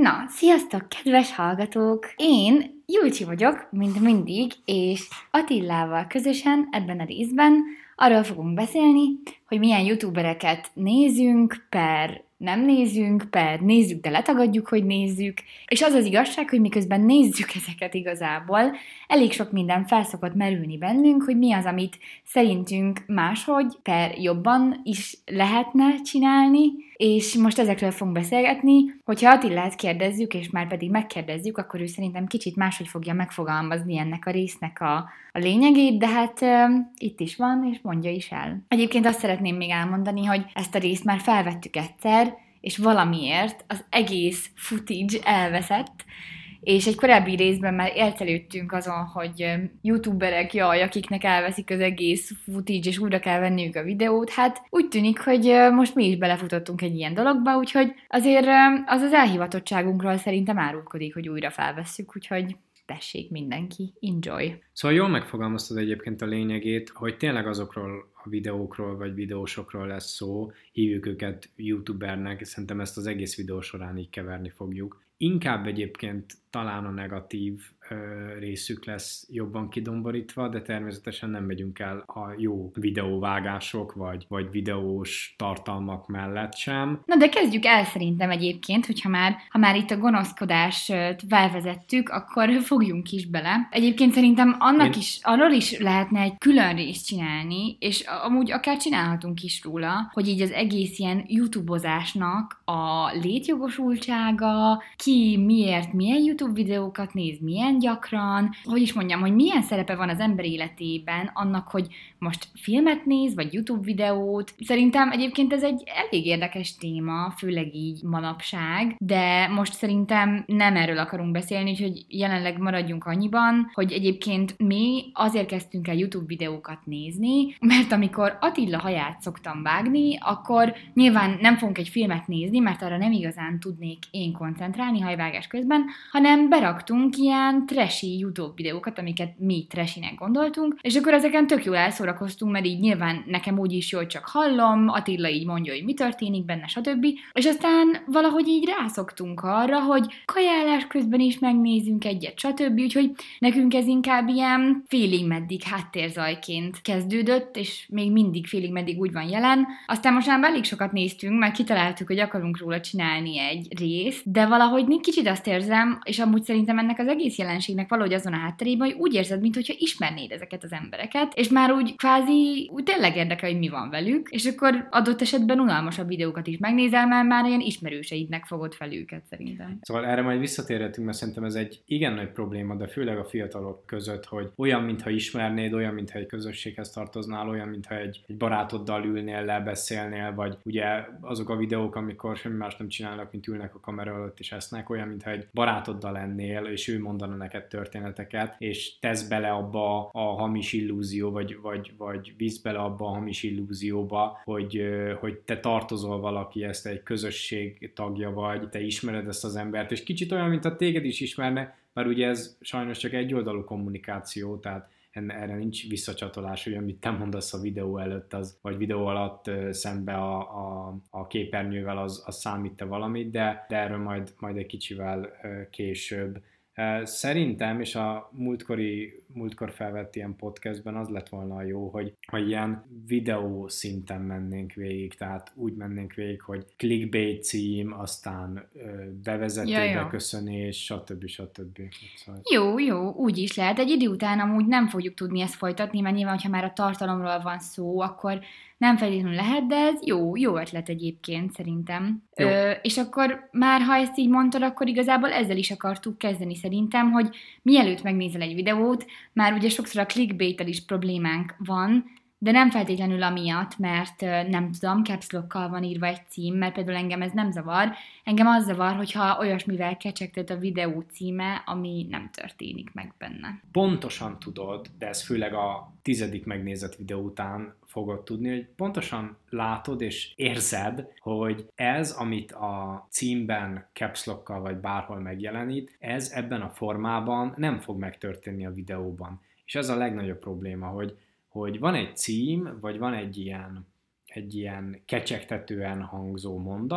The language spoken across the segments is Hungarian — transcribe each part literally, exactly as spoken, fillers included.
Na, sziasztok, kedves hallgatók! Én Julcsi vagyok, mint mindig, és Attillával közösen ebben a részben arról fogunk beszélni, hogy milyen youtubereket nézünk, per nem nézünk, per nézzük, de letagadjuk, hogy nézzük, és az az igazság, hogy miközben nézzük ezeket igazából, elég sok minden felszokott merülni bennünk, hogy mi az, amit szerintünk máshogy, per jobban is lehetne csinálni, és most ezekről fogunk beszélgetni. Hogyha Attillát kérdezzük, és már pedig megkérdezzük, akkor ő szerintem kicsit máshogy fogja megfogalmazni ennek a résznek a, a lényegét, de hát uh, itt is van, és mondja is el. Egyébként azt szeretném még elmondani, hogy ezt a részt már felvettük egyszer, és valamiért az egész footage elveszett, és egy korábbi részben már eltelődtünk azon, hogy youtuberek, jaj, akiknek elveszik az egész footage, és újra kell venniük a videót, hát úgy tűnik, hogy most mi is belefutottunk egy ilyen dologba, úgyhogy azért az az elhivatottságunkról szerintem árulkodik, hogy újra felvesszük, úgyhogy tessék mindenki, enjoy! Szóval jól megfogalmaztad egyébként a lényegét, hogy tényleg azokról a videókról vagy videósokról lesz szó, hívjuk őket youtubernek, szerintem ezt az egész videó során így keverni fogjuk. Inkább egyébként talán a negatív ö, részük lesz jobban kidomborítva, de természetesen nem megyünk el a jó videóvágások, vagy, vagy videós tartalmak mellett sem. Na de kezdjük el szerintem egyébként, hogyha már, ha már itt a gonoszkodást felvezettük, akkor fogjunk is bele. Egyébként szerintem annak Én... is, arról is lehetne egy külön részt csinálni, és amúgy akár csinálhatunk is róla, hogy így az egész ilyen youtubozásnak a létjogosultsága, ki miért milyen YouTube videókat néz, milyen gyakran, hogy is mondjam, hogy milyen szerepe van az ember életében annak, hogy most filmet néz, vagy YouTube videót. Szerintem egyébként ez egy elég érdekes téma, főleg így manapság, de most szerintem nem erről akarunk beszélni, úgyhogy jelenleg maradjunk annyiban, hogy egyébként mi azért kezdtünk el YouTube videókat nézni, mert amikor Attila haját szoktam vágni, akkor nyilván nem fogunk egy filmet nézni, mert arra nem igazán tudnék én koncentrálni hajvágás közben, hanem beraktunk ilyen trashy YouTube videókat, amiket mi trashynek gondoltunk, és akkor ezeken tök jól elszórakoztunk, mert így nyilván nekem úgy is jó, hogy csak hallom, Attila így mondja, hogy mi történik benne, stb. És aztán valahogy így rászoktunk arra, hogy kajálás közben is megnézünk egyet, stb. Úgyhogy nekünk ez inkább ilyen félig meddig háttérzajként kezdődött, és még mindig félig meddig úgy van jelen. Aztán most már elég sokat néztünk, mert kitaláltuk, hogy akarunk róla csinálni egy részt, de valahogy kicsit azt érzem, és amúgy szerintem ennek az egész jelenségnek valahogy azon a hátterében, hogy úgy érzed, mintha ismernéd ezeket az embereket, és már úgy kvázi úgy tényleg érdekel, hogy mi van velük, és akkor adott esetben unalmasabb videókat is megnézel, mert már olyan ismerőseidnek fogod fel őket szerintem. Szóval erre majd visszatérhetünk, mert szerintem ez egy igen nagy probléma, de főleg a fiatalok között, hogy olyan, mintha ismernéd, olyan, mintha egy közösséghez tartoznál, olyan, mintha egy, egy barátoddal ülnél le, beszélnél, vagy ugye azok a videók, amikor semmi más nem csinálnak, mint ülnek a kamera előtt és esznek, olyan, mintha egy barátoddal lennél, és ő mondana neked történeteket, és tesz bele abba a hamis illúzió, vagy, vagy, vagy visz bele abba a hamis illúzióba, hogy, hogy te tartozol valaki, ezt egy közösség tagja vagy, te ismered ezt az embert, és kicsit olyan, mint a téged is ismerne, mert ugye ez sajnos csak egyoldalú kommunikáció, tehát erre nincs visszacsatolás, hogy amit te mondasz a videó előtt, az, vagy videó alatt szembe a, a, a képernyővel, az, az számít-e valamit, de, de erről majd, majd egy kicsivel később. Szerintem, és a múltkori, múltkor felvett ilyen podcastben az lett volna a jó, hogy, hogy ilyen videó szinten mennénk végig, tehát úgy mennénk végig, hogy clickbait cím, aztán bevezető, ja, beköszönés, stb. stb. Szóval... Jó, jó, úgy is lehet. Egy idő után amúgy nem fogjuk tudni ezt folytatni, mert nyilván, hogyha már a tartalomról van szó, akkor nem feltétlenül lehet, de ez jó, jó ötlet egyébként szerintem. Ö, és akkor már, ha ezt így mondtad, akkor igazából ezzel is akartuk kezdeni szerintem, hogy mielőtt megnézel egy videót, már ugye sokszor a clickbait-tel is problémánk van, de nem feltétlenül amiatt, mert nem tudom, caps lockkal van írva egy cím, mert például engem ez nem zavar. Engem az zavar, hogyha olyasmivel kecsegtet a videó címe, ami nem történik meg benne. Pontosan tudod, de ez főleg a tizedik megnézett videó után fogod tudni, hogy pontosan látod és érzed, hogy ez, amit a címben caps lockkal vagy bárhol megjelenít, ez ebben a formában nem fog megtörténni a videóban. És ez a legnagyobb probléma, hogy hogy van egy cím, vagy van egy ilyen, egy ilyen kecsegtetően hangzó mondat,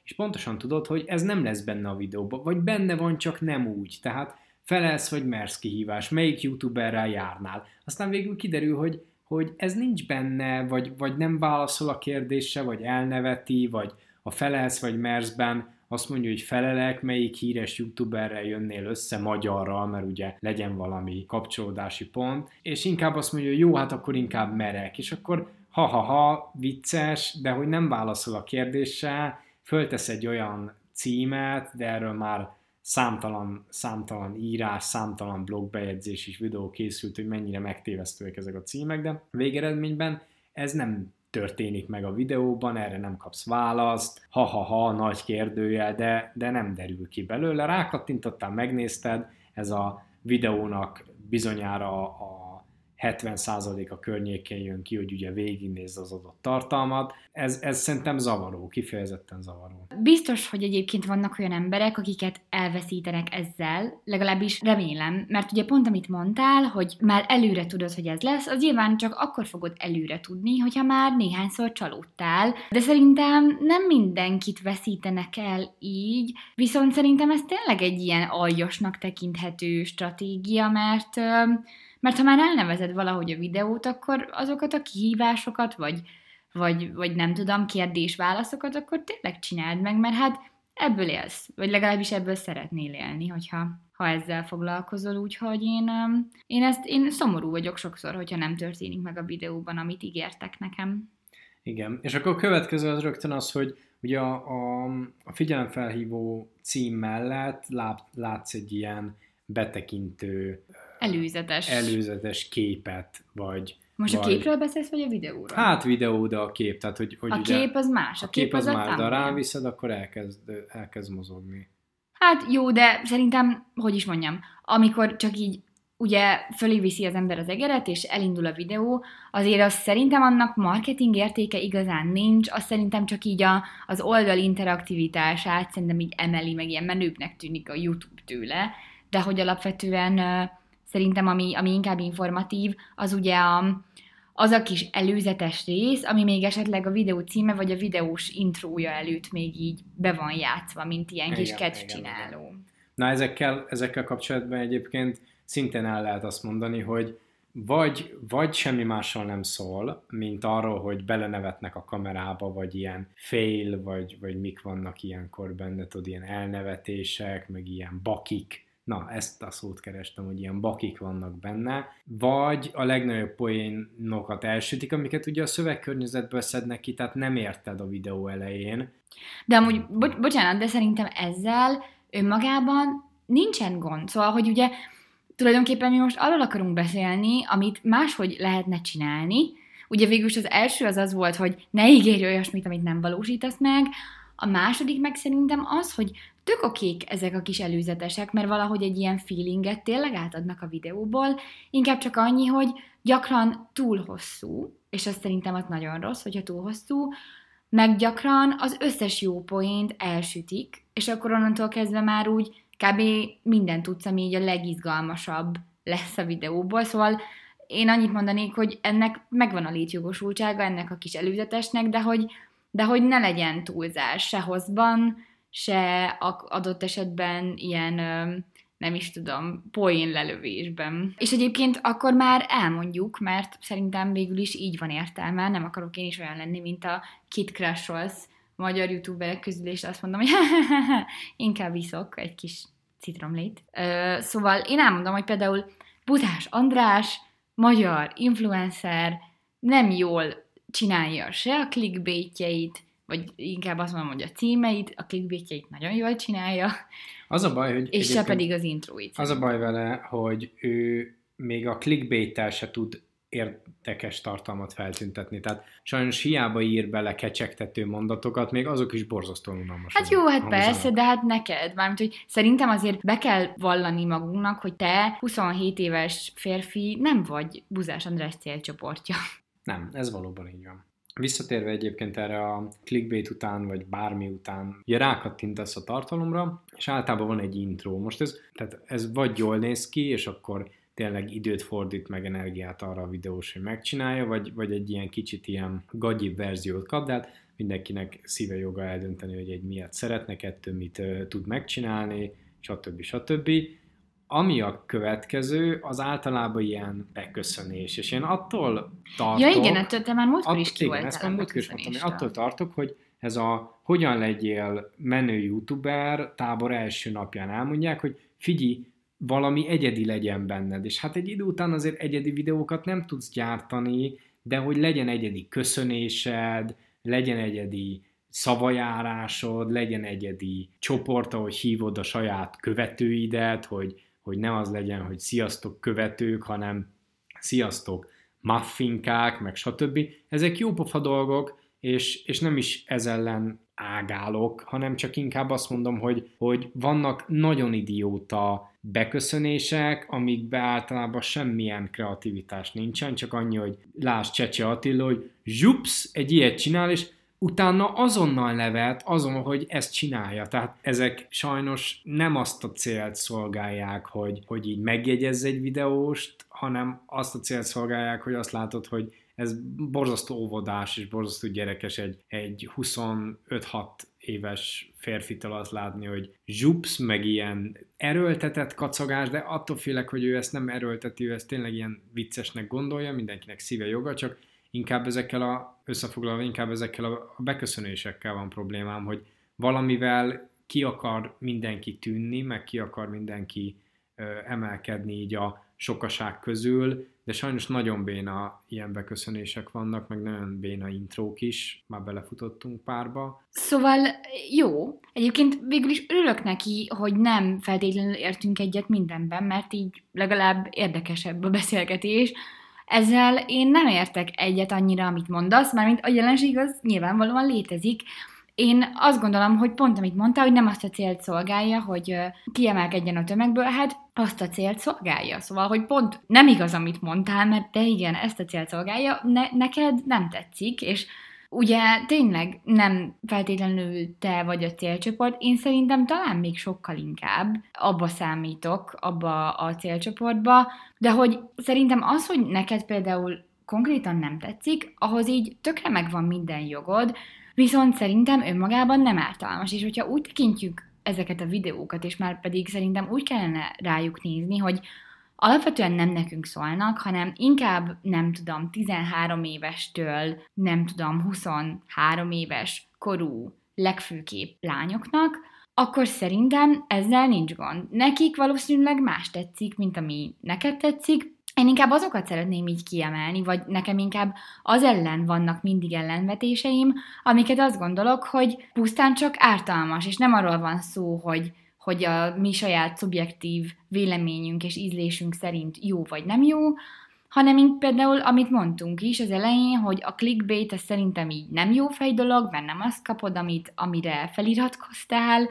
és pontosan tudod, hogy ez nem lesz benne a videóban, vagy benne van, csak nem úgy. Tehát felelsz, vagy mersz kihívás, melyik youtuberrel járnál. Aztán végül kiderül, hogy, hogy ez nincs benne, vagy, vagy nem válaszol a kérdésre, vagy elneveti, vagy a felelsz, vagy merszben azt mondja, hogy felelek, melyik híres youtuberrel jönnél össze magyarral, mert ugye legyen valami kapcsolódási pont, és inkább azt mondja, hogy jó, hát akkor inkább merek, és akkor ha-ha-ha, vicces, de hogy nem válaszol a kérdésre, föltesz egy olyan címet, de erről már számtalan, számtalan írás, számtalan blogbejegyzés és videó készült, hogy mennyire megtévesztőek ezek a címek, de végeredményben ez nem történik meg a videóban, erre nem kapsz választ, ha-ha-ha, nagy kérdőjel, de, de nem derül ki belőle. Rákattintottál, megnézted, ez a videónak bizonyára a hetven százaléka környékén jön ki, hogy ugye végignézd az adott tartalmat. Ez, ez szerintem zavaró, kifejezetten zavaró. Biztos, hogy egyébként vannak olyan emberek, akiket elveszítenek ezzel, legalábbis remélem, mert ugye pont amit mondtál, hogy már előre tudod, hogy ez lesz, az nyilván csak akkor fogod előre tudni, hogyha már néhányszor csalódtál, de szerintem nem mindenkit veszítenek el így, viszont szerintem ez tényleg egy ilyen aljasnak tekinthető stratégia, mert Mert ha már elnevezed valahogy a videót, akkor azokat a kihívásokat, vagy, vagy, vagy nem tudom, kérdés-válaszokat, akkor tényleg csináld meg, mert hát ebből élsz, vagy legalábbis ebből szeretnél élni, hogyha ha ezzel foglalkozol, úgyhogy én, én, ezt, én szomorú vagyok sokszor, hogyha nem történik meg a videóban, amit ígértek nekem. Igen, és akkor a következő az rögtön az, hogy ugye a, a, a figyelemfelhívó cím mellett lát, látsz egy ilyen betekintő Előzetes. előzetes képet, vagy... Most vagy, a képről beszélsz, vagy a videóról? Hát videó, de a kép, tehát hogy, hogy a ugye... kép az más, a, a kép, kép az, az más, de ha thumbnail. ráviszed, akkor elkezd, elkezd mozogni. Hát jó, de szerintem, hogy is mondjam, amikor csak így ugye fölé viszi az ember az egeret, és elindul a videó, azért az szerintem annak marketing értéke igazán nincs, az szerintem csak így a, az oldal interaktivitását szerintem így emeli, meg ilyen menőbbnek tűnik a YouTube tőle, de hogy alapvetően uh, szerintem ami, ami inkább informatív, az ugye a, az a kis előzetes rész, ami még esetleg a videó címe, vagy a videós intrója előtt még így be van játszva, mint ilyen igen, kis sketch csináló. Igen. Na ezekkel, ezekkel kapcsolatban egyébként szintén el lehet azt mondani, hogy vagy, vagy semmi mással nem szól, mint arról, hogy belenevetnek a kamerába, vagy ilyen fail, vagy, vagy mik vannak ilyenkor benne, tudod, ilyen elnevetések, meg ilyen bakik. Na, ezt a szót kerestem, hogy ilyen bakik vannak benne, vagy a legnagyobb poénokat elsütik, amiket ugye a szövegkörnyezetből szednek ki, tehát nem érted a videó elején. De amúgy, bo- bocsánat, de szerintem ezzel önmagában nincsen gond. Szóval, hogy ugye tulajdonképpen mi most arról akarunk beszélni, amit máshogy lehetne csinálni. Ugye végülis az első az az volt, hogy ne ígérj olyasmit, amit nem valósítasz meg. A második meg szerintem az, hogy tök okék ezek a kis előzetesek, mert valahogy egy ilyen feelinget tényleg átadnak a videóból, inkább csak annyi, hogy gyakran túl hosszú, és az szerintem az nagyon rossz, hogyha túl hosszú, meg gyakran az összes jó poént elsütik, és akkor onnantól kezdve már úgy kb. Mindent tudsz, ami így a legizgalmasabb lesz a videóból, szóval én annyit mondanék, hogy ennek megvan a létjogosultsága, ennek a kis előzetesnek, de hogy, de hogy ne legyen túlzás se hosszban, se adott esetben ilyen, nem is tudom, poén lelövésben. És egyébként akkor már elmondjuk, mert szerintem végül is így van értelme, nem akarok én is olyan lenni, mint a Kid Crush magyar youtuberek közül, és azt mondom, hogy inkább iszok egy kis citromlét. Szóval én elmondom, hogy például Butás András, magyar influencer, nem jól csinálja se a clickbaitjeit, vagy inkább azt mondom, hogy a címeit, a clickbaitjeit nagyon jól csinálja, az a baj, hogy és se pedig az introit. Az a baj vele, hogy ő még a clickbait-tel se tud érdekes tartalmat feltüntetni. Tehát sajnos hiába ír bele kecsegtető mondatokat, még azok is borzasztóan unalmasak. Hát jó, hát persze, de hát neked. Mármint, hogy szerintem azért be kell vallani magunknak, hogy te huszonhét éves férfi nem vagy Buzás András célcsoportja. Nem, ez valóban így van. Visszatérve egyébként erre a clickbait után, vagy bármi után, ugye rákattintasz a tartalomra, és általában van egy intro. Most ez, tehát ez vagy jól néz ki, és akkor tényleg időt fordít meg energiát arra a videós, hogy megcsinálja, vagy, vagy egy ilyen kicsit ilyen gagyibb verziót kap, de hát mindenkinek szíve joga eldönteni, hogy egy miatt szeretne, kettő mit uh, tud megcsinálni, stb. stb. Ami a következő, az általában ilyen beköszönés, és én attól tartok... Ja igen, ettől te már múltkor is ki voltál. Igen, ezt már múltkor is mondtam, én attól tartok, hogy ez a hogyan legyél menő youtuber tábor első napján elmondják, hogy figyelj, valami egyedi legyen benned, és hát egy idő után azért egyedi videókat nem tudsz gyártani, de hogy legyen egyedi köszönésed, legyen egyedi szavajárásod, legyen egyedi csoport, ahogy hívod a saját követőidet, hogy, hogy ne az legyen, hogy sziasztok követők, hanem sziasztok muffinkák, meg stb. Ezek jópofa dolgok, és, és nem is ez ellen ágálok, hanem csak inkább azt mondom, hogy, hogy vannak nagyon idióta beköszönések, amikben általában semmilyen kreativitás nincsen, csak annyi, hogy lásd Csecse Attila, hogy zsupsz, egy ilyet csinál, és utána azonnal nevet azon, hogy ezt csinálja. Tehát ezek sajnos nem azt a célt szolgálják, hogy, hogy így megjegyezz egy videóst, hanem azt a célt szolgálják, hogy azt látod, hogy ez borzasztó óvodás és borzasztó gyerekes egy, egy huszonöt-hat éves férfitől azt látni, hogy zsupsz, meg ilyen erőltetett kacagás, de attól félek, hogy ő ezt nem erőlteti, ő ezt tényleg ilyen viccesnek gondolja, mindenkinek szíve joga, csak inkább ezekkel a, összefoglalva, inkább ezekkel a beköszönésekkel van problémám, hogy valamivel ki akar mindenki tűnni, meg ki akar mindenki ö, emelkedni így a sokaság közül, de sajnos nagyon béna ilyen beköszönések vannak, meg nagyon béna intrók is, már belefutottunk párba. Szóval jó, egyébként végül is örülök neki, hogy nem feltétlenül értünk egyet mindenben, mert így legalább érdekesebb a beszélgetés. Ezzel én nem értek egyet annyira, amit mondasz, mármint a jelenség az nyilvánvalóan létezik. Én azt gondolom, hogy pont amit mondtál, hogy nem azt a célt szolgálja, hogy kiemelkedjen a tömegből, hát azt a célt szolgálja. Szóval, hogy pont nem igaz, amit mondtál, mert de igen, ezt a célt szolgálja, ne, neked nem tetszik, és ugye tényleg nem feltétlenül te vagy a célcsoport, én szerintem talán még sokkal inkább abba számítok, abba a célcsoportba, de hogy szerintem az, hogy neked például konkrétan nem tetszik, ahhoz így tökre megvan minden jogod, viszont szerintem önmagában nem ártalmas, és hogyha úgy tekintjük ezeket a videókat, és már pedig szerintem úgy kellene rájuk nézni, hogy alapvetően nem nekünk szólnak, hanem inkább, nem tudom, tizenhárom évestől, nem tudom, huszonhárom éves korú legfőképp lányoknak, akkor szerintem ezzel nincs gond. Nekik valószínűleg más tetszik, mint ami neked tetszik. Én inkább azokat szeretném így kiemelni, vagy nekem inkább az ellen vannak mindig ellenvetéseim, amiket azt gondolok, hogy pusztán csak ártalmas, és nem arról van szó, hogy hogy a mi saját szubjektív véleményünk és ízlésünk szerint jó vagy nem jó, hanem mint például, amit mondtunk is az elején, hogy a clickbait az szerintem így nem jó fej dolog, mert nem azt kapod, amit, amire feliratkoztál,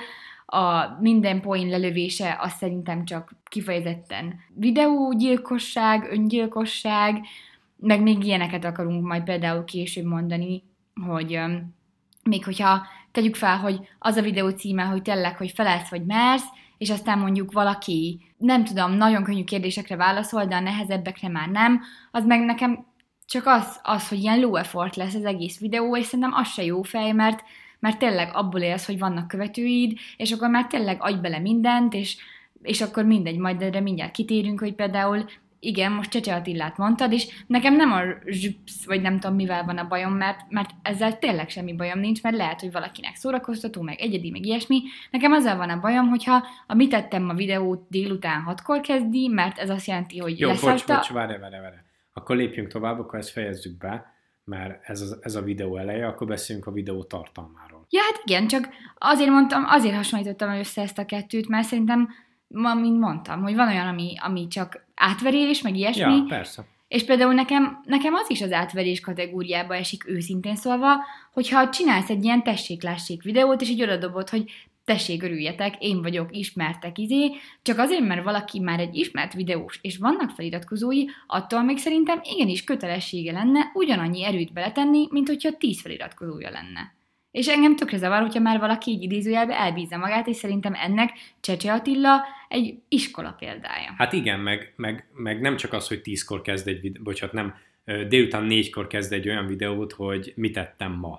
a minden poén lelövése az szerintem csak kifejezetten videógyilkosság, öngyilkosság, meg még ilyeneket akarunk majd például később mondani, hogy um, még hogyha tegyük fel, hogy az a videó címe, hogy tényleg, hogy felelsz vagy mersz, és aztán mondjuk valaki, nem tudom, nagyon könnyű kérdésekre válaszol, de a nehezebbekre már nem, az meg nekem csak az, az hogy ilyen low effort lesz az egész videó, és szerintem az se jó fej, mert, mert tényleg abból élsz, hogy vannak követőid, és akkor már tényleg adj bele mindent, és, és akkor mindegy, majd erre mindjárt kitérünk, hogy például igen, most Csecse Attilát mondtad, és nekem nem a zsupsz, vagy nem tudom mivel van a bajom, mert, mert ezzel tényleg semmi bajom nincs, mert lehet, hogy valakinek szórakoztató, meg egyedi, meg ilyesmi. Nekem azzal van a bajom, hogyha a mit tettem a videót délután hatkor kezdi, mert ez azt jelenti, hogy jó, leszatta... bocs, bocs, várj, várj, várj. Akkor lépjünk tovább, akkor ezt fejezzük be, mert ez a, ez a videó eleje, akkor beszéljünk a videó tartalmáról. Ja, hát igen, csak azért mondtam, azért hasonlítottam össze ezt a kettőt, mert szerintem ma, mint mondtam, hogy van olyan, ami, ami csak átverés, meg ilyesmi. Ja, persze. És például nekem, nekem az is az átverés kategóriába esik őszintén szólva, hogyha csinálsz egy ilyen tessék-lássék videót, és így odadobod, hogy tessék, örüljetek, én vagyok, ismertek, izé, csak azért, mert valaki már egy ismert videós, és vannak feliratkozói, attól még szerintem igenis kötelessége lenne ugyanannyi erőt beletenni, mint hogyha tíz feliratkozója lenne. És engem tökre zavar, hogyha már valaki így idézőjelbe elbízza magát, és szerintem ennek Csecse Attila egy iskola példája. Hát igen, meg, meg, meg nem csak az, hogy tízkor kezd egy videó, bocsánat, nem, délután négykor kezd egy olyan videót, hogy mit tettem ma.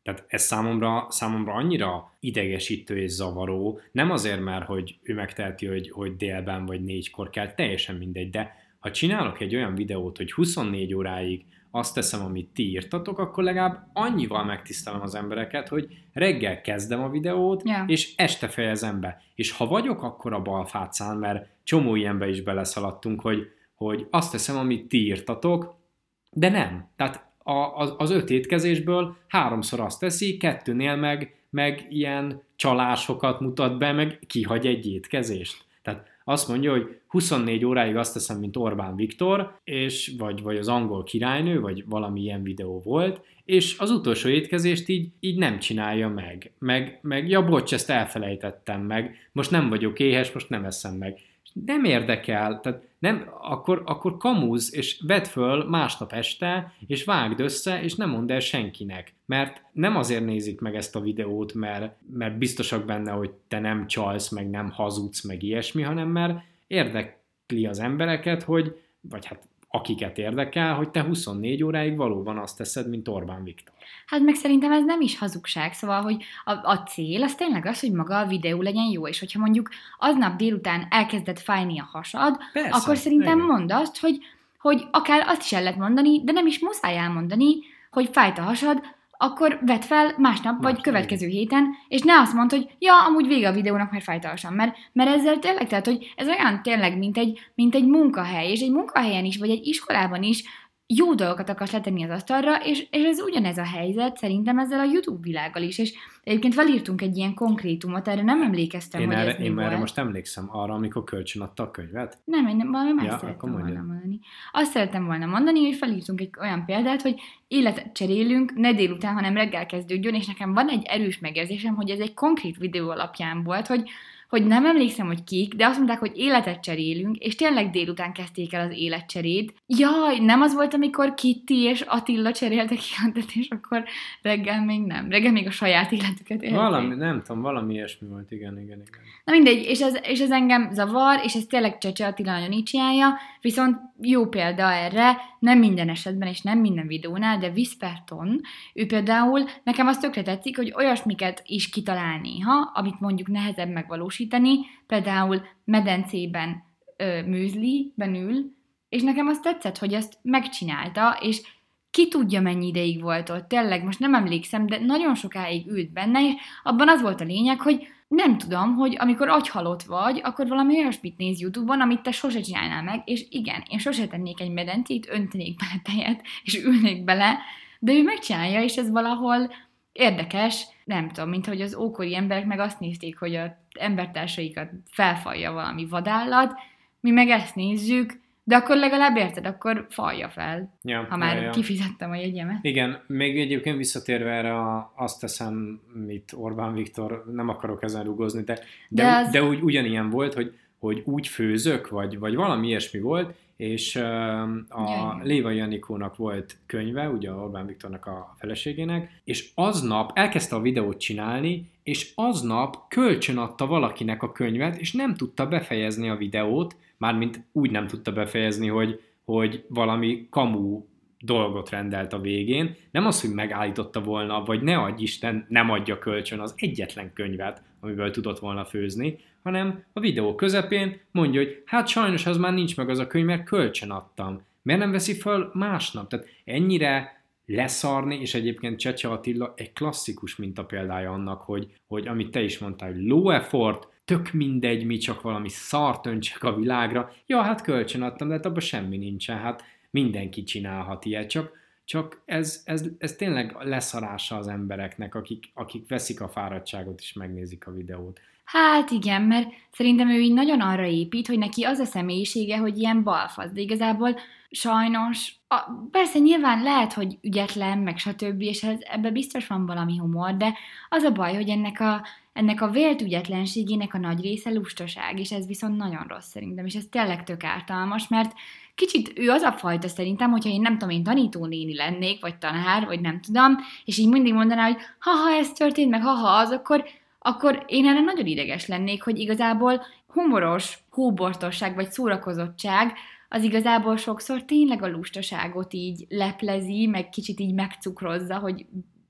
Tehát ez számomra, számomra annyira idegesítő és zavaró, nem azért, mert hogy ő megteheti, hogy, hogy délben vagy négykor kell, teljesen mindegy, de ha csinálok egy olyan videót, hogy huszonnégy óráig azt teszem, amit ti írtatok, akkor legalább annyival megtisztelem az embereket, hogy reggel kezdem a videót, yeah. és este fejezem be. És ha vagyok akkor a balfácán, mert csomó ilyenbe is beleszaladtunk, hogy, hogy azt teszem, amit ti írtatok, de nem. Tehát a, az, az öt étkezésből háromszor azt teszi, kettőnél meg, meg ilyen csalásokat mutat be, meg kihagy egy étkezést. Tehát azt mondja, hogy huszonnégy óráig azt teszem, mint Orbán Viktor, és vagy, vagy az angol királynő, vagy valami ilyen videó volt, és az utolsó étkezést így, így nem csinálja meg. Meg, meg ja, bocs, ezt elfelejtettem meg, most nem vagyok éhes, most nem eszem meg. Nem érdekel, tehát nem, akkor, akkor kamúz, és vedd föl másnap este, és vágd össze, és nem mondd el senkinek. Mert nem azért nézik meg ezt a videót, mert, mert biztosak benne, hogy te nem csalsz, meg nem hazudsz, meg ilyesmi, hanem mert érdekli az embereket, hogy, vagy hát akiket érdekel, hogy te huszonnégy óráig valóban azt teszed, mint Orbán Viktor. Hát meg szerintem ez nem is hazugság, szóval, hogy a, a cél az tényleg az, hogy maga a videó legyen jó, és hogyha mondjuk aznap délután elkezdett fájni a hasad, persze, akkor szerintem igen. mondd azt, hogy, hogy akár azt is el lehet mondani, de nem is muszáj elmondani, hogy fájt a hasad, akkor vedd fel másnap, Más, vagy következő igen. héten, és ne azt mondd, hogy ja, amúgy vége a videónak, mert fájt a hasam, mert, mert ezzel tényleg, tehát, hogy ez olyan tényleg, mint egy, mint egy munkahely, és egy munkahelyen is, vagy egy iskolában is jó dolgokat akarsz letenni az asztalra, és, és ez ugyanez a helyzet szerintem ezzel a YouTube világgal is, és egyébként felírtunk egy ilyen konkrétumot, erre nem emlékeztem, én hogy erre, ez mi Én volt. erre most emlékszem arra, amikor kölcsön adta a könyvet. Nem, én nem, valami más ja, szerettem volna mondjad. mondani. Azt szerettem volna mondani, hogy felírtunk egy olyan példát, hogy életet cserélünk, ne délután, hanem reggel kezdődjön, és nekem van egy erős megérzésem, hogy ez egy konkrét videó alapján volt, hogy hogy nem emlékszem, hogy kik, de azt mondták, hogy életet cserélünk, és tényleg délután kezdték el az életcserét. Jaj, nem az volt, amikor Kitty és Attila cseréltek életet, és akkor reggel még nem. Reggel még a saját életüket élték. Valami, nem tudom, valami ilyesmi volt, igen, igen, igen. Na mindegy, és ez, és ez engem zavar, és ez tényleg Csecse Attila nagyon így csinálja, viszont jó példa erre, nem minden esetben, és nem minden videónál, de Whisperton, ő például, nekem az tökre tetszik, hogy olyasmiket is kitalál néha, amit mondjuk nehezebb megvalósítani, például medencében ö, műzliben ül, és nekem azt tetszett, hogy ezt megcsinálta, és ki tudja, mennyi ideig volt ott, tényleg, most nem emlékszem, de nagyon sokáig ült benne, és abban az volt a lényeg, hogy nem tudom, hogy amikor agyhalott vagy, akkor valami olyasmit néz YouTube-on, amit te sose csinálnál meg, és igen, én sose tennék egy medencét, öntenék bele tejet, és ülnék bele, de ő megcsinálja, és ez valahol érdekes, nem tudom, mint hogy az ókori emberek meg azt nézték, hogy az embertársaikat felfalja valami vadállat, mi meg ezt nézzük, de akkor legalább érted, akkor falja fel, ja, ha már ja, ja. kifizettem a jegyemet. Igen, még egyébként visszatérve erre a, azt teszem, mit Orbán Viktor, nem akarok ezen rugozni, de, de, de, az... de úgy, ugyanilyen volt, hogy, hogy úgy főzök, vagy, vagy valami ilyesmi volt, és uh, a ja, Lévai Janikónak volt könyve, ugye Orbán Viktornak a feleségének, és aznap elkezdte a videót csinálni, és aznap kölcsön adta valakinek a könyvet, és nem tudta befejezni a videót, mármint úgy nem tudta befejezni, hogy, hogy valami kamu dolgot rendelt a végén. Nem az, hogy megállította volna, vagy ne adj Isten, nem adja kölcsön az egyetlen könyvet, amiből tudott volna főzni, hanem a videó közepén mondja, hogy hát sajnos az már nincs meg az a könyv, mert kölcsön adtam. Miért nem veszi föl másnap? Tehát ennyire leszarni, és egyébként Csecse Attila egy klasszikus mintapéldája annak, hogy, hogy amit te is mondtál, hogy low effort, tök mindegy, mi csak valami szart öntsek a világra. Ja, hát kölcsön adtam, de hát abban semmi nincsen, hát mindenki csinálhat ilyet, csak, csak ez, ez, ez tényleg leszarása az embereknek, akik, akik veszik a fáradtságot és megnézik a videót. Hát igen, mert szerintem ő így nagyon arra épít, hogy neki az a személyisége, hogy ilyen balfasz, de igazából sajnos, a, persze nyilván lehet, hogy ügyetlen, meg stb., és ez, ebbe biztos van valami humor, de az a baj, hogy ennek a, ennek a vélt ügyetlenségének a nagy része lustaság, és ez viszont nagyon rossz szerintem, és ez tényleg tök ártalmas, mert kicsit ő az a fajta szerintem, hogyha én nem tudom, én tanítónéni lennék, vagy tanár, vagy nem tudom, és így mindig mondaná, hogy ha-ha ez történt, meg ha-ha az, akkor akkor én erre nagyon ideges lennék, hogy igazából humoros hóbortosság vagy szórakozottság az igazából sokszor tényleg a lustaságot így leplezi, meg kicsit így megcukrozza, hogy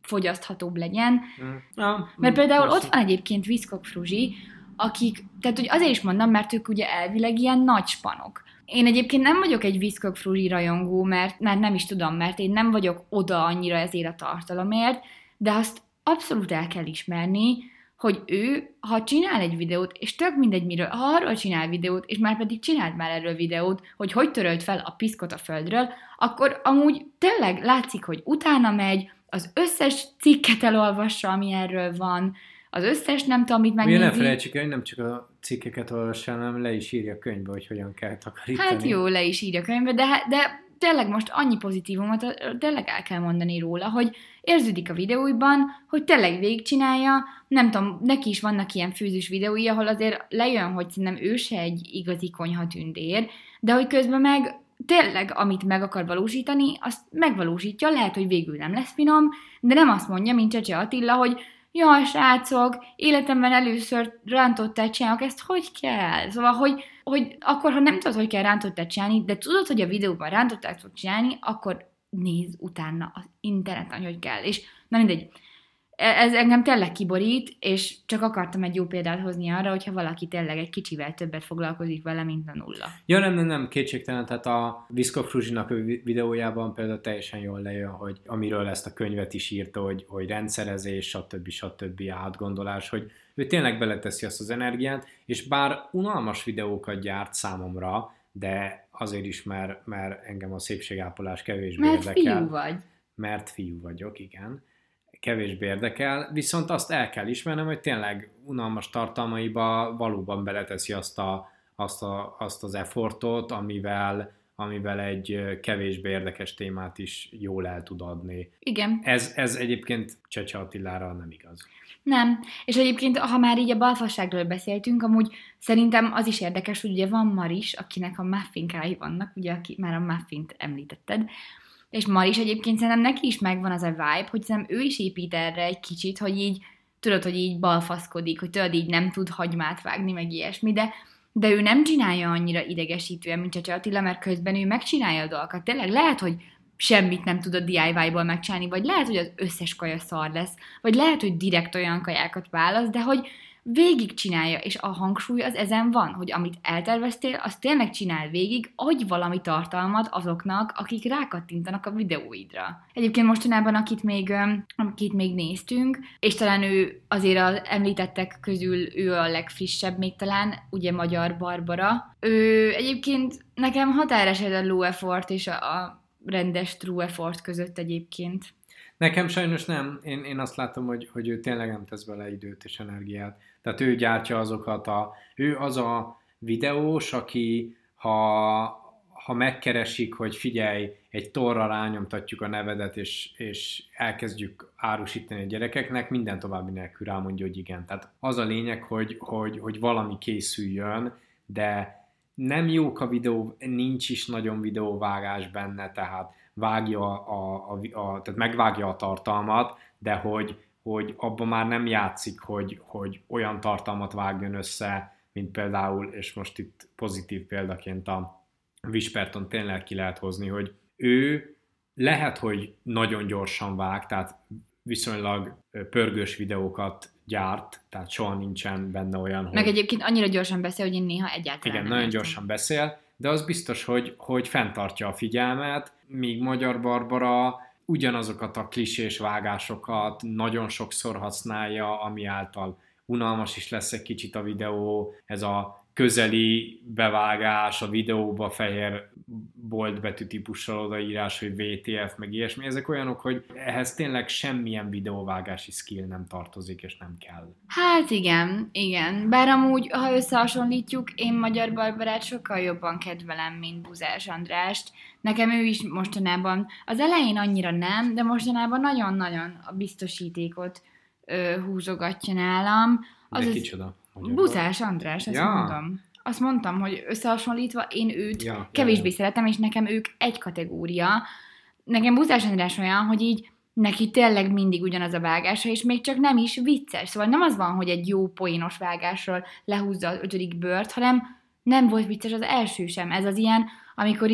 fogyaszthatóbb legyen. Mm. Ja, Mert például persze. ott van egyébként Viszkok Fruzsi, akik, tehát hogy azért is mondom, mert ők ugye elvileg ilyen nagy spanok. Én egyébként nem vagyok egy Viszkok Fruzsi rajongó, mert, mert nem is tudom, mert én nem vagyok oda annyira ezért a tartalomért, de azt abszolút el kell ismerni, hogy ő, ha csinál egy videót, és tök mindegy miről, ha arról csinál videót, és már pedig csinált már erről videót, hogy hogy törölt fel a piszkot a földről, akkor amúgy tényleg látszik, hogy utána megy, az összes cikket elolvassa, ami erről van, az összes nem tudom, mit megnézi. Ugye ne felejtsük el, hogy nem csak a cikkeket olvassa, hanem le is írja a könyvbe, hogy hogyan kell takarítani. Hát jó, le is írja a könyvbe, de, de tényleg most annyi pozitívumot tényleg el kell mondani róla, hogy érződik a videóiban, hogy tényleg végigcsinálja, nem tudom, neki is vannak ilyen fűzős videói, ahol azért lejön, hogy szerintem ő se egy igazi konyhatündér, de hogy közben meg tényleg, amit meg akar valósítani, azt megvalósítja, lehet, hogy végül nem lesz finom, de nem azt mondja, mint Csecse Attila, hogy jaj, srácok, életemben először rántottát csinálok, ezt hogy kell? Szóval, hogy, hogy akkor, ha nem tudod, hogy kell rántottát csinálni, de tudod, hogy a videóban rántottát fog csinálni, akkor nézz utána az interneten, hogy kell. És na mindegy, ez engem tényleg kiborít, és csak akartam egy jó példát hozni arra, hogyha valaki tényleg egy kicsivel többet foglalkozik vele, mint a nulla. Ja, nem, nem, nem, kétségtelen, tehát a Viszkok Fruzsinak videójában például teljesen jól lejön, hogy amiről ezt a könyvet is írta, hogy, hogy rendszerezés, stb. stb. Átgondolás, hogy ő tényleg beleteszi azt az energiát, és bár unalmas videókat gyárt számomra, de azért is, mert, mert engem a szépségápolás kevésbé mert érdekel. Mert fiú vagy. Mert fiú vagyok, igen. Kevésbé érdekel, viszont azt el kell ismernem, hogy tényleg unalmas tartalmaiba valóban beleteszi azt, a, azt, a, azt az effortot, amivel, amivel egy kevésbé érdekes témát is jól el tud adni. Igen. Ez, ez egyébként Csecse Attilára nem igaz. Nem. És egyébként, ha már így a balfasságról beszéltünk, amúgy szerintem az is érdekes, hogy ugye van Maris, akinek a muffinkái vannak, ugye aki, már a muffint említetted, és Maris egyébként szerintem neki is megvan az a vibe, hogy szerintem ő is épít erre egy kicsit, hogy így, tudod, hogy így balfaszkodik, hogy tudod, így nem tud hagymát vágni, meg ilyesmi, de, de ő nem csinálja annyira idegesítően, mint Csecse Attila, mert közben ő megcsinálja a dolgokat. Tényleg lehet, hogy semmit nem tud a dé i vaj-ból megcsinálni, vagy lehet, hogy az összes kaja szar lesz, vagy lehet, hogy direkt olyan kajákat választ, de hogy végig csinálja, és a hangsúly az ezen van, hogy amit elterveztél, azt tényleg csinál végig, adj valami tartalmat azoknak, akik rákattintanak a videóidra. Egyébként mostanában, akit még, akit még néztünk, és talán ő azért az említettek közül ő a legfrissebb még talán, ugye Magyar Barbara. Ő egyébként nekem határeset a low effort és a, a rendes true effort között egyébként. Nekem sajnos nem. Én, én azt látom, hogy, hogy ő tényleg nem tesz bele időt és energiát. Tehát ő gyártja azokat a... Ő az a videós, aki ha, ha megkeresik, hogy figyelj, egy torra rányomtatjuk a nevedet, és, és elkezdjük árusítani a gyerekeknek, minden további nélkül rámondja, hogy igen. Tehát az a lényeg, hogy, hogy, hogy valami készüljön, de nem jók a videó, nincs is nagyon videóvágás benne, tehát vágja a, a, a, tehát megvágja a tartalmat, de hogy, hogy abban már nem játszik, hogy, hogy olyan tartalmat vágjon össze, mint például, és most itt pozitív példaként a Visperton tényleg ki lehet hozni, hogy ő lehet, hogy nagyon gyorsan vág, tehát viszonylag pörgős videókat gyárt, tehát soha nincsen benne olyan, hogy... Meg egyébként annyira gyorsan beszél, hogy én néha egyáltalán igen, nem nagyon értem. gyorsan beszél, de az biztos, hogy, hogy fenntartja a figyelmet, míg Magyar Barbara ugyanazokat a klisés vágásokat nagyon sokszor használja, ami által unalmas is lesz egy kicsit a videó, ez a közeli bevágás, a videóba fehér boltbetű típussal odaírás, hogy vé té ef, meg ilyesmi, ezek olyanok, hogy ehhez tényleg semmilyen videóvágási skill nem tartozik, és nem kell. Hát igen, igen. Bár amúgy, ha összehasonlítjuk, én Magyar Barbarát sokkal jobban kedvelem, mint Buzás Andrást. Nekem ő is mostanában, az elején annyira nem, de mostanában nagyon-nagyon a biztosítékot ö, húzogatja nálam. Az De az kicsoda? Buzás András, ezt ja. mondom. Azt mondtam, hogy összehasonlítva én őt ja, kevésbé ja, ja. szeretem, és nekem ők egy kategória. Nekem Buzás András olyan, hogy így neki tényleg mindig ugyanaz a vágása, és még csak nem is vicces. Szóval nem az van, hogy egy jó poénos vágásról lehúzza az ötödik bört, hanem nem volt vicces az első sem. Ez az ilyen, amikor így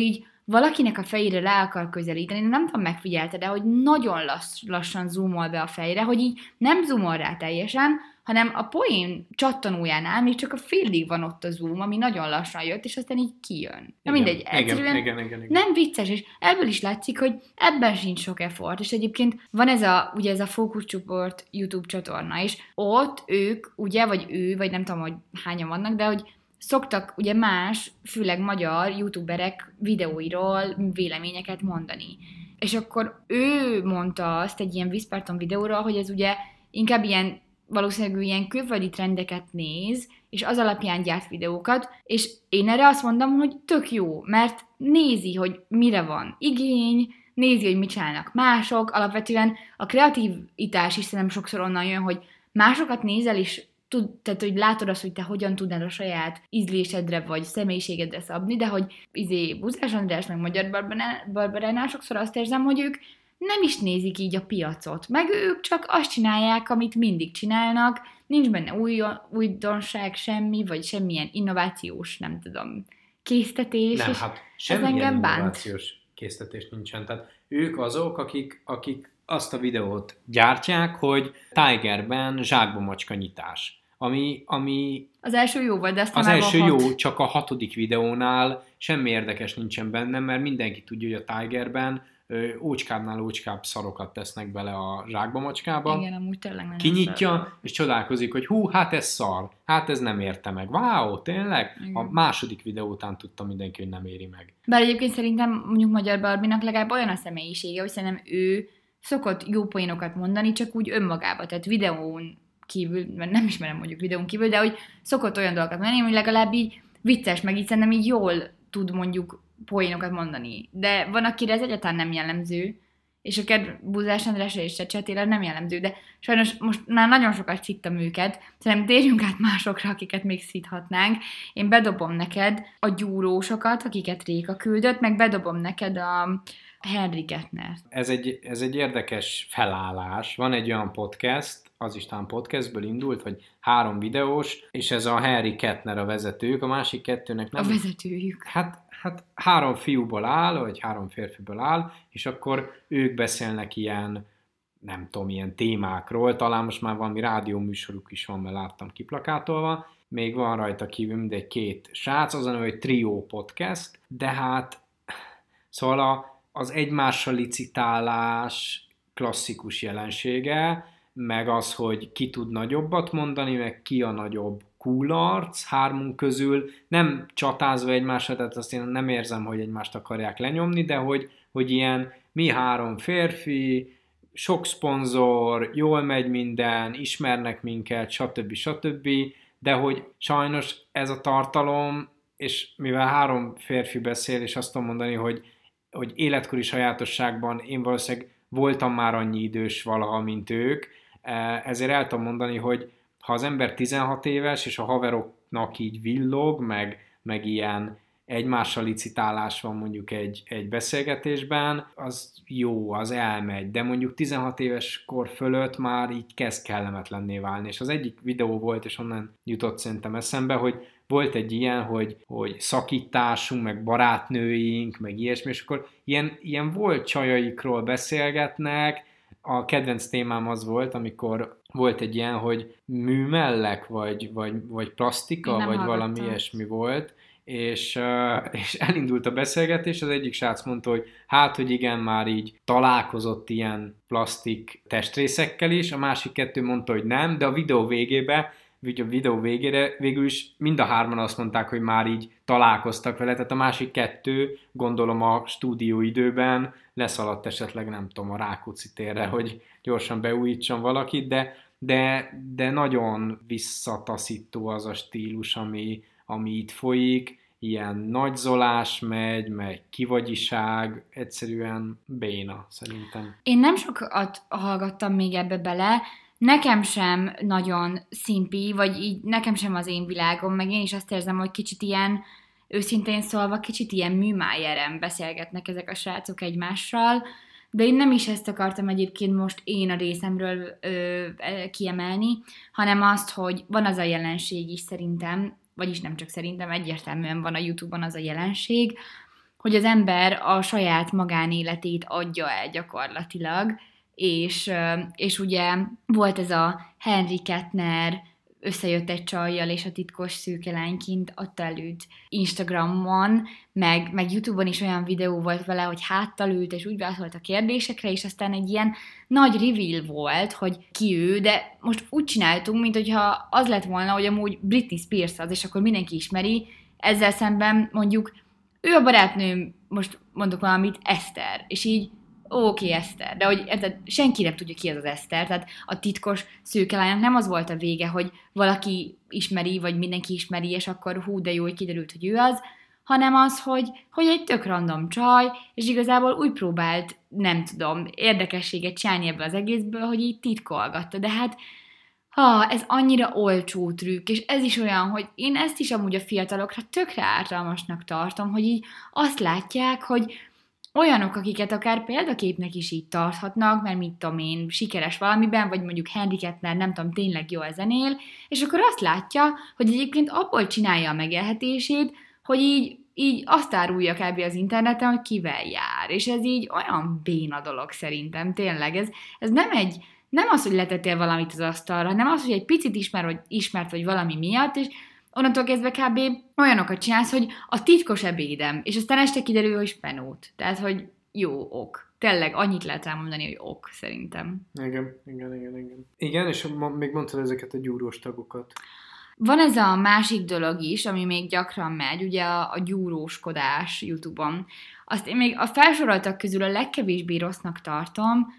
valakinek a fejére le akar közelíteni, nem tudom, megfigyelte, de hogy nagyon lass, lassan zoomol be a fejre, hogy így nem zoomol rá teljesen, hanem a poén csattanójánál még csak a félig van ott a zoom, ami nagyon lassan jött, és aztán így kijön. Na mindegy, egyszerűen igen, igen, igen. nem vicces, és ebből is látszik, hogy ebben sincs sok effort, és egyébként van ez a, ugye ez a fókuszcsoport YouTube csatorna, és ott ők, ugye, vagy ő, vagy nem tudom, hogy hányan vannak, de hogy szoktak ugye más, főleg magyar youtuberek videóiról véleményeket mondani. És akkor ő mondta azt egy ilyen Viszparton videóról, hogy ez ugye inkább ilyen, valószínűleg ilyen külföldi trendeket néz, és az alapján gyárt videókat, és én erre azt mondom, hogy tök jó, mert nézi, hogy mire van igény, nézi, hogy mit csinálnak mások, alapvetően a kreativitás is szerintem sokszor onnan jön, hogy másokat nézel, és tud, tehát, hogy látod azt, hogy te hogyan tudnád a saját ízlésedre vagy személyiségedre szabni, de hogy izé Buzás András meg Magyar Barbaránál sokszor azt érzem, hogy ők nem is nézik így a piacot, meg ők csak azt csinálják, amit mindig csinálnak, nincs benne új, újdonság semmi, vagy semmilyen innovációs, nem tudom, késztetés. Nem, és hát semmilyen innovációs késztetés nincsen. Tehát ők azok, akik, akik azt a videót gyártják, hogy Tigerben zsákba macska nyitás. Ami, ami az első jó volt, de aztán az már első van hat. jó, csak a hatodik videónál semmi érdekes nincsen benne, mert mindenki tudja, hogy a Tigerben ö, ócskábbnál ócskább szarokat tesznek bele a zsákba macskába. Igen, amúgy tényleg nagyon Kinyitja, szar. és csodálkozik, hogy hú, hát ez szar, hát ez nem érte meg. Wow, tényleg? Igen. A második videó után tudta mindenki, hogy nem éri meg. Bár egyébként szerintem mondjuk Magyar Barbinak legalább olyan a személyisége, hogy szerintem ő szokott jó poénokat mondani, csak úgy önmagába, tehát videón kívül, mert nem ismerem mondjuk videón kívül, de hogy szokott olyan dolgokat mondani, hogy legalább így vicces, meg így szerintem így jól tud mondjuk poénokat mondani. De van, akire ez egyáltalán nem jellemző, és akár Buzás Andrásra és Csecsetére nem jellemző, de sajnos most már nagyon sokat szittam őket, szerintem térjünk át másokra, akiket még szíthatnánk. Én bedobom neked a gyúrósokat, akiket Réka küldött, meg bedobom neked a Henry Kettnert. Ez egy, ez egy érdekes felállás. Van egy olyan podcast, az is talán podcastből indult, hogy három videós, és ez a Henry Kettner a vezetőjük, a másik kettőnek nem... A vezetőjük. Hát, hát három fiúból áll, vagy három férfiből áll, és akkor ők beszélnek ilyen, nem tudom, ilyen témákról, talán most már valami rádióműsoruk is van, mert láttam kiplakátolva, még van rajta kívül mindegy két srác, az a neve, hogy Trio Podcast, de hát szóval a az egymással licitálás klasszikus jelensége, meg az, hogy ki tud nagyobbat mondani, meg ki a nagyobb cool arc hármunk közül, nem csatázva egymásra, tehát azt én nem érzem, hogy egymást akarják lenyomni, de hogy, hogy ilyen mi három férfi, sok szponzor, jól megy minden, ismernek minket, stb. stb., de hogy sajnos ez a tartalom, és mivel három férfi beszél, és azt tudom mondani, hogy hogy életkori sajátosságban én valószínűleg voltam már annyi idős valaha, mint ők, ezért el tudom mondani, hogy ha az ember tizenhat éves, és a haveroknak így villog, meg, meg ilyen egymással licitálás van mondjuk egy, egy beszélgetésben, az jó, az elmegy, de mondjuk tizenhat éves kor fölött már így kezd kellemetlenné válni, és az egyik videó volt, és onnan jutott szerintem eszembe, hogy volt egy ilyen, hogy, hogy szakításunk, meg barátnőink, meg ilyesmi, és akkor ilyen, ilyen volt csajaikról beszélgetnek. A kedvenc témám az volt, amikor volt egy ilyen, hogy műmellek, vagy, vagy, vagy plastika, vagy hallgattam. Valami ilyesmi volt, és, és elindult a beszélgetés, az egyik srác mondta, hogy hát, hogy igen, már így találkozott ilyen plastik testrészekkel is, a másik kettő mondta, hogy nem, de a videó végében a videó végére végül is mind a hárman azt mondták, hogy már így találkoztak vele, tehát a másik kettő, gondolom a stúdióidőben leszaladt esetleg, nem tudom, a Rákóczi térre, hogy gyorsan beújítson valakit, de, de, de nagyon visszataszító az a stílus, ami, ami itt folyik, ilyen nagyzolás megy, meg kivagyiság, egyszerűen béna, szerintem. Én nem sokat hallgattam még ebbe bele, nekem sem nagyon szimpi, vagy így nekem sem az én világom, meg én is azt érzem, hogy kicsit ilyen, őszintén szólva, kicsit ilyen műmájeren beszélgetnek ezek a srácok egymással, de én nem is ezt akartam egyébként most én a részemről ö, kiemelni, hanem azt, hogy van az a jelenség is szerintem, vagyis nem csak szerintem, egyértelműen van a YouTube-on az a jelenség, hogy az ember a saját magánéletét adja el gyakorlatilag, és, és ugye volt ez a Henry Kettner, összejött egy csajjal, és a titkos szőke lányként adta előtt Instagramon, meg, meg YouTube-on is olyan videó volt vele, hogy háttal ült, és úgy válaszolt a kérdésekre, és aztán egy ilyen nagy reveal volt, hogy ki ő, de most úgy csináltunk, mint hogyha az lett volna, hogy amúgy Britney Spears az, és akkor mindenki ismeri, ezzel szemben mondjuk ő a barátnőm, most mondok valamit, Eszter, és így oké, okay, Eszter, de hogy tehát senki nem tudja, ki az az Eszter, tehát a titkos szőkelánynak nem az volt a vége, hogy valaki ismeri, vagy mindenki ismeri, és akkor hú, de jó, hogy kiderült, hogy ő az, hanem az, hogy, hogy egy tök random csaj, és igazából úgy próbált, nem tudom, érdekességet csinálni ebből az egészből, hogy így titkolgatta, de hát ha, ez annyira olcsó trükk, és ez is olyan, hogy én ezt is amúgy a fiatalokra tökre ártalmasnak tartom, hogy így azt látják, hogy olyanok, akiket akár példaképnek is így tarthatnak, mert mit tudom én, sikeres valamiben, vagy mondjuk Henry Kettner, nem tudom, tényleg jól zenél, és akkor azt látja, hogy egyébként abból csinálja a megélhetését, hogy így, így azt árulja kb. Az interneten, hogy kivel jár. És ez így olyan béna dolog szerintem, tényleg. Ez, ez nem egy, nem az, hogy letettél valamit az asztalra, hanem az, hogy egy picit ismer, vagy ismert vagy valami miatt, és onnantól kezdve kb. Olyanokat csinálsz, hogy a titkos ebédem, és aztán este kiderül, hogy spenót. Tehát, hogy jó, ok. Tényleg annyit lehet rámondani, hogy ok, szerintem. Igen, igen, igen, igen. Igen, és még mondtad ezeket a gyúrós tagokat. Van ez a másik dolog is, ami még gyakran megy, ugye a, a gyúróskodás YouTube-on. Azt én még a felsoroltak közül a legkevésbé rossznak tartom,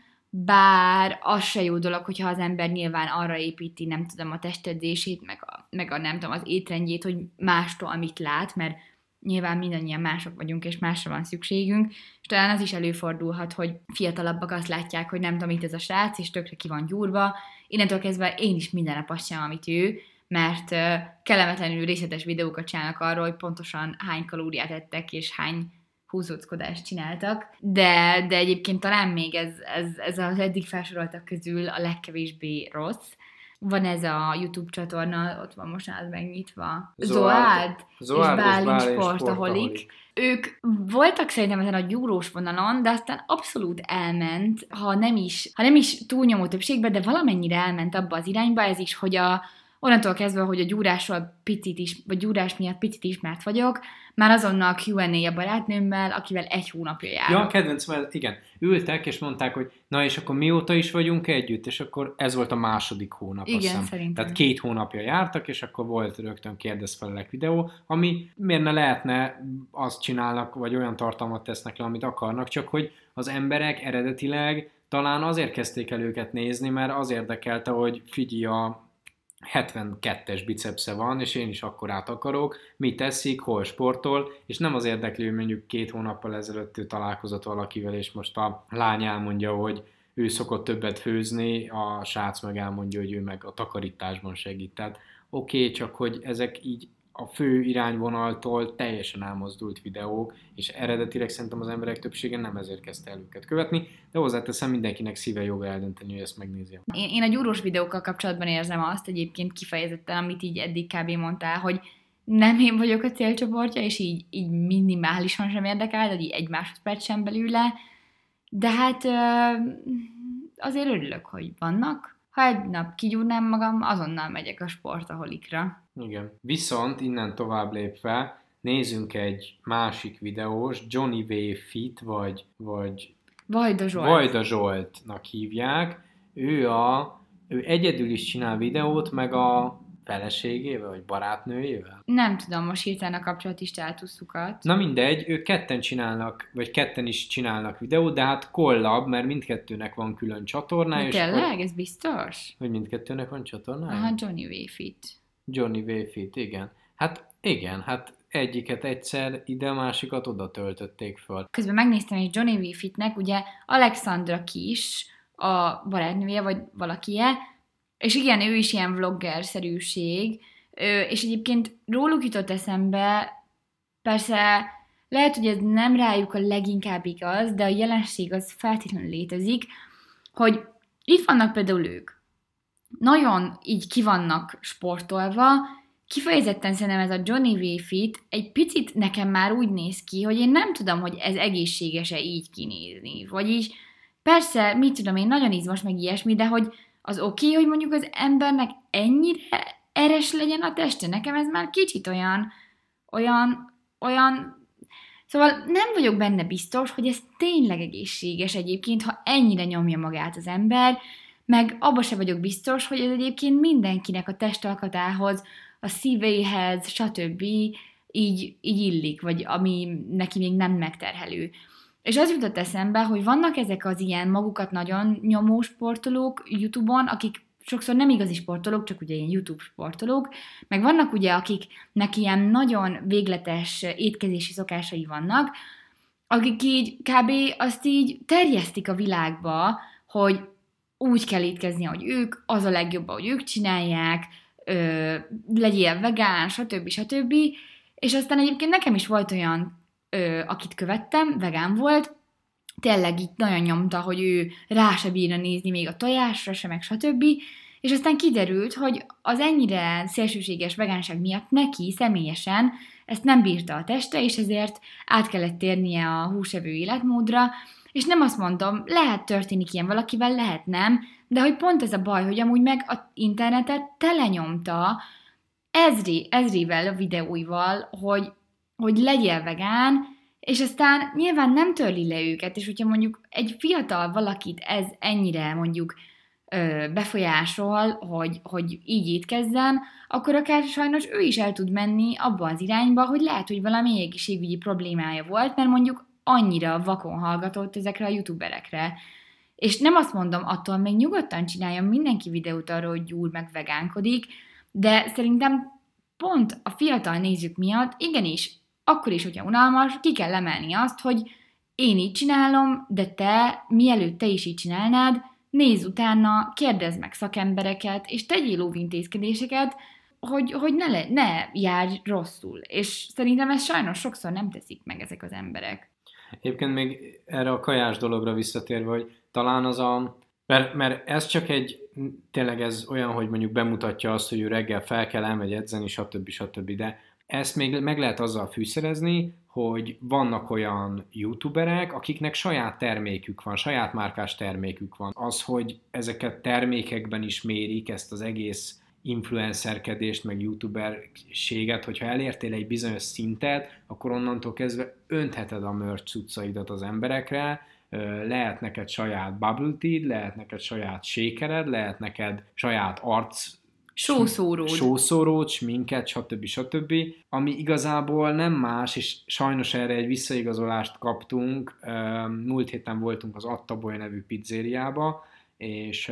bár az se jó dolog, hogyha az ember nyilván arra építi, nem tudom, a testedzését, meg a, meg a nem tudom, az étrendjét, hogy mástól mit lát, mert nyilván mindannyian mások vagyunk, és másra van szükségünk, és talán az is előfordulhat, hogy fiatalabbak azt látják, hogy nem tudom, itt ez a srác, és tökre ki van gyúrva, innentől kezdve én is minden nap azt csinálom, amit ő, mert uh, kellemetlenül részletes videókat csinálnak arról, hogy pontosan hány kalóriát ettek, és hány húzóckodást csináltak, de, de egyébként talán még ez, ez, ez az eddig felsoroltak közül a legkevésbé rossz. Van ez a YouTube csatorna, ott van most az megnyitva. Zoád, Zoád és Bálint Sportaholik. Ők voltak szerintem ezen a gyúrós vonalon, de aztán abszolút elment, ha nem is, ha nem is túlnyomó többségben, de valamennyire elment abba az irányba ez is, hogy a onnantól kezdve, hogy a gyúrásról picit is, vagy gyúrás miatt picit ismert vagyok, már azonnal kú end á a barátnőmmel, akivel egy hónapja járok. Ja, kedvencem, igen. Ültek, és mondták, hogy na és akkor mióta is vagyunk együtt, és akkor ez volt a második hónap. Igen, szerintem. Tehát két hónapja jártak, és akkor volt rögtön kérdezfelelek videó, ami miért ne lehetne, azt csinálnak, vagy olyan tartalmat tesznek le, amit akarnak, csak hogy az emberek eredetileg talán azért kezdték el őket nézni, mert az érdekelte, hogy figyelj, a hetvenkettes bicepsze van, és én is akkorát akarok, mit teszik, hol sportol, és nem az érdekli, hogy mondjuk két hónappal ezelőtt ő találkozott valakivel, és most a lány elmondja, hogy ő szokott többet főzni, a srác meg elmondja, hogy ő meg a takarításban segít. Tehát oké, okay, csak hogy ezek így a fő irányvonaltól teljesen elmozdult videók, és eredetileg szerintem az emberek többsége nem ezért kezdte el őket követni, de hozzáteszem, mindenkinek szíve joga eldönteni, hogy ezt megnézi. Én, én a gyúrós videókkal kapcsolatban érzem azt egyébként kifejezetten, amit így eddig kb. Mondtál, hogy nem én vagyok a célcsoportja, és így, így minimálisan sem érdekel, hogy így egy másodperc sem belőle, de hát azért örülök, hogy vannak. Ha egy nap kigyúrnám magam, azonnal megyek a Sportaholikra. Igen. Viszont innen tovább lépve nézzünk egy másik videós, Johnny W. Fit, vagy, vagy Vajda Zsolt. Vajda Zsoltnak hívják. Ő, a, ő egyedül is csinál videót, meg a feleségével, vagy barátnőjével? Nem tudom, most hirtelen a kapcsolati státuszukat. Na mindegy, ők ketten csinálnak, vagy ketten is csinálnak videót, de hát collab, mert mindkettőnek van külön csatornája. Tényleg? Akkor... Ez biztos? Hogy mindkettőnek van csatornája? Aha, Johnny W. Fit. Johnny W. Fit, igen. Hát igen, hát egyiket egyszer ide, másikat oda töltötték föl. Közben megnéztem, hogy Johnny W. Fitnek ugye Alexandra Kis, a barátnője, vagy valakije, és igen, ő is ilyen vlogger-szerűség, és egyébként róluk jutott eszembe, persze lehet, hogy ez nem rájuk a leginkább igaz, de a jelenség az feltétlenül létezik, hogy itt vannak például ők. Nagyon így ki vannak sportolva, kifejezetten szerintem ez a Johnny V Fit egy picit nekem már úgy néz ki, hogy én nem tudom, hogy ez egészséges-e így kinézni. Vagyis persze, mit tudom én, nagyon izmos meg ilyesmi, de hogy az oké, okay, hogy mondjuk az embernek ennyire eres legyen a teste. Nekem ez már kicsit olyan, olyan, olyan, szóval nem vagyok benne biztos, hogy ez tényleg egészséges egyébként, ha ennyire nyomja magát az ember, meg abba se vagyok biztos, hogy ez egyébként mindenkinek a testalkatához, a szívéhez, stb. így, így illik, vagy ami neki még nem megterhelő. És az jutott eszembe, hogy vannak ezek az ilyen magukat nagyon nyomó sportolók YouTube-on, akik sokszor nem igazi sportolók, csak ugye ilyen YouTube sportolók, meg vannak ugye, akiknek ilyen nagyon végletes étkezési szokásai vannak, akik így kb. Azt így terjesztik a világba, hogy úgy kell étkezni, ahogy ők, az a legjobb, ahogy ők csinálják, ö, legyél vegán, stb. stb. És aztán egyébként nekem is volt olyan, ö, akit követtem, vegán volt, tényleg így nagyon nyomta, hogy ő rá se bírna nézni még a tojásra se, meg stb. És aztán kiderült, hogy az ennyire szélsőséges vegánság miatt neki személyesen ezt nem bírta a teste, és ezért át kellett térnie a húsevő életmódra, és nem azt mondom, lehet történik ilyen valakivel, lehet nem, de hogy pont ez a baj, hogy amúgy meg a internetet telenyomta ezri, ezrivel a videóival, hogy, hogy legyél vegán, és aztán nyilván nem törli le őket, és hogyha mondjuk egy fiatal valakit ez ennyire mondjuk ö, befolyásol, hogy, hogy így étkezzen, akkor akár sajnos ő is el tud menni abba az irányba, hogy lehet, hogy valami egészségügyi problémája volt, mert mondjuk annyira vakon hallgatott ezekre a youtuberekre. És nem azt mondom, attól még nyugodtan csináljon mindenki videót arról, hogy gyúr meg vegánkodik, de szerintem pont a fiatal nézők miatt igenis, akkor is, hogyha unalmas, ki kell emelni azt, hogy én így csinálom, de te, mielőtt te is így csinálnád, nézz utána, kérdezz meg szakembereket, és tegyél óvintézkedéseket, hogy, hogy ne, le, ne járj rosszul. És szerintem ezt sajnos sokszor nem teszik meg ezek az emberek. Egyébként még erre a kajás dologra visszatérve, hogy talán az a... Mert, mert ez csak egy, tényleg ez olyan, hogy mondjuk bemutatja azt, hogy ő reggel fel kell, elmegy edzeni, stb. stb. De ezt még meg lehet azzal fűszerezni, hogy vannak olyan youtuberek, akiknek saját termékük van, saját márkás termékük van. Az, hogy ezeket termékekben is mérik, ezt az egész influencerkedést, meg youtuberséget, hogyha elértél egy bizonyos szintet, akkor onnantól kezdve öntheted a merch cuccaidat az emberekre, lehet neked saját bubble tea, lehet neked saját shakered, lehet neked saját arc Sószóród. Sószóród, sminket, stb. stb. Ami igazából nem más, és sajnos erre egy visszaigazolást kaptunk. Múlt héten voltunk az Attaboy nevű pizzériába, és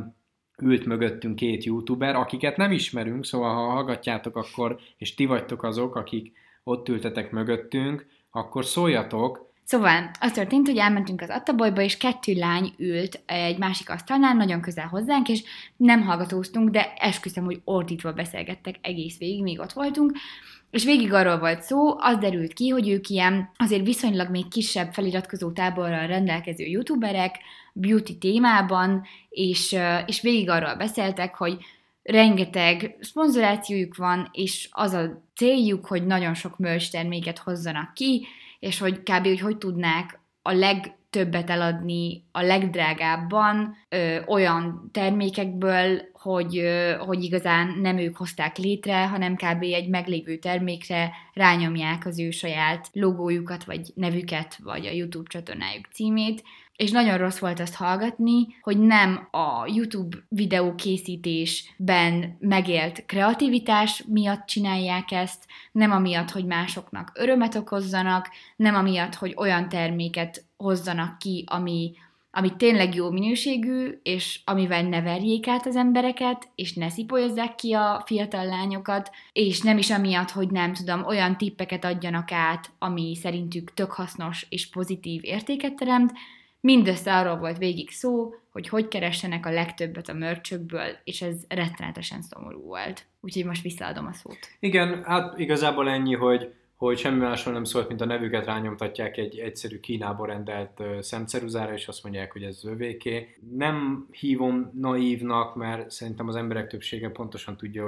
ült mögöttünk két youtuber, akiket nem ismerünk, szóval ha hallgatjátok akkor, és ti vagytok azok, akik ott ültetek mögöttünk, akkor szóljatok. Szóval az történt, hogy elmentünk az Attaboyba, és kettő lány ült egy másik asztalnál, nagyon közel hozzánk, és nem hallgatóztunk, de esküszöm, hogy ordítva beszélgettek egész végig, még ott voltunk, és végig arról volt szó, az derült ki, hogy ők ilyen azért viszonylag még kisebb feliratkozó táborral rendelkező youtuberek, beauty témában, és, és végig arról beszéltek, hogy rengeteg szponzorációjuk van, és az a céljuk, hogy nagyon sok merch terméket hozzanak ki, és hogy kb. Hogy hogy tudnák a legtöbbet eladni a legdrágábban ö, olyan termékekből, hogy, ö, hogy igazán nem ők hozták létre, hanem kb. Egy meglévő termékre rányomják az ő saját logójukat, vagy nevüket, vagy a YouTube csatornájuk címét, és nagyon rossz volt azt hallgatni, hogy nem a YouTube videókészítésben megélt kreativitás miatt csinálják ezt, nem amiatt, hogy másoknak örömet okozzanak, nem amiatt, hogy olyan terméket hozzanak ki, ami, ami tényleg jó minőségű, és amivel ne verjék át az embereket, és ne szipolyozzák ki a fiatal lányokat, és nem is amiatt, hogy nem tudom, olyan tippeket adjanak át, ami szerintük tök hasznos és pozitív értéket teremt. Mindössze arról volt végig szó, hogy hogy keressenek a legtöbbet a merchökből, és ez rettenetesen szomorú volt. Úgyhogy most visszaadom a szót. Igen, hát igazából ennyi, hogy, hogy semmi másról nem szólt, mint a nevüket rányomtatják egy egyszerű Kínából rendelt uh, szemceruzára, és azt mondják, hogy ez övéké. Nem hívom naívnak, mert szerintem az emberek többsége pontosan tudja, hogy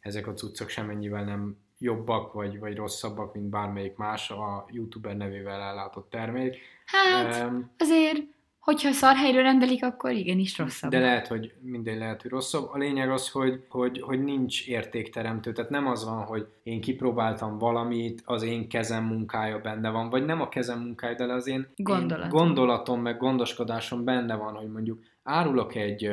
ezek a cuccok semmennyivel nem jobbak, vagy, vagy rosszabbak, mint bármelyik más a youtuber nevével ellátott termék. Hát, um, azért, hogyha szarhelyről rendelik, akkor igenis rosszabb. De lehet, hogy minden lehet, hogy rosszabb. A lényeg az, hogy, hogy, hogy nincs értékteremtő, tehát nem az van, hogy én kipróbáltam valamit, az én kezem munkája benne van, vagy nem a kezem munkája, de az én, én gondolatom, meg gondoskodásom benne van, hogy mondjuk árulok egy,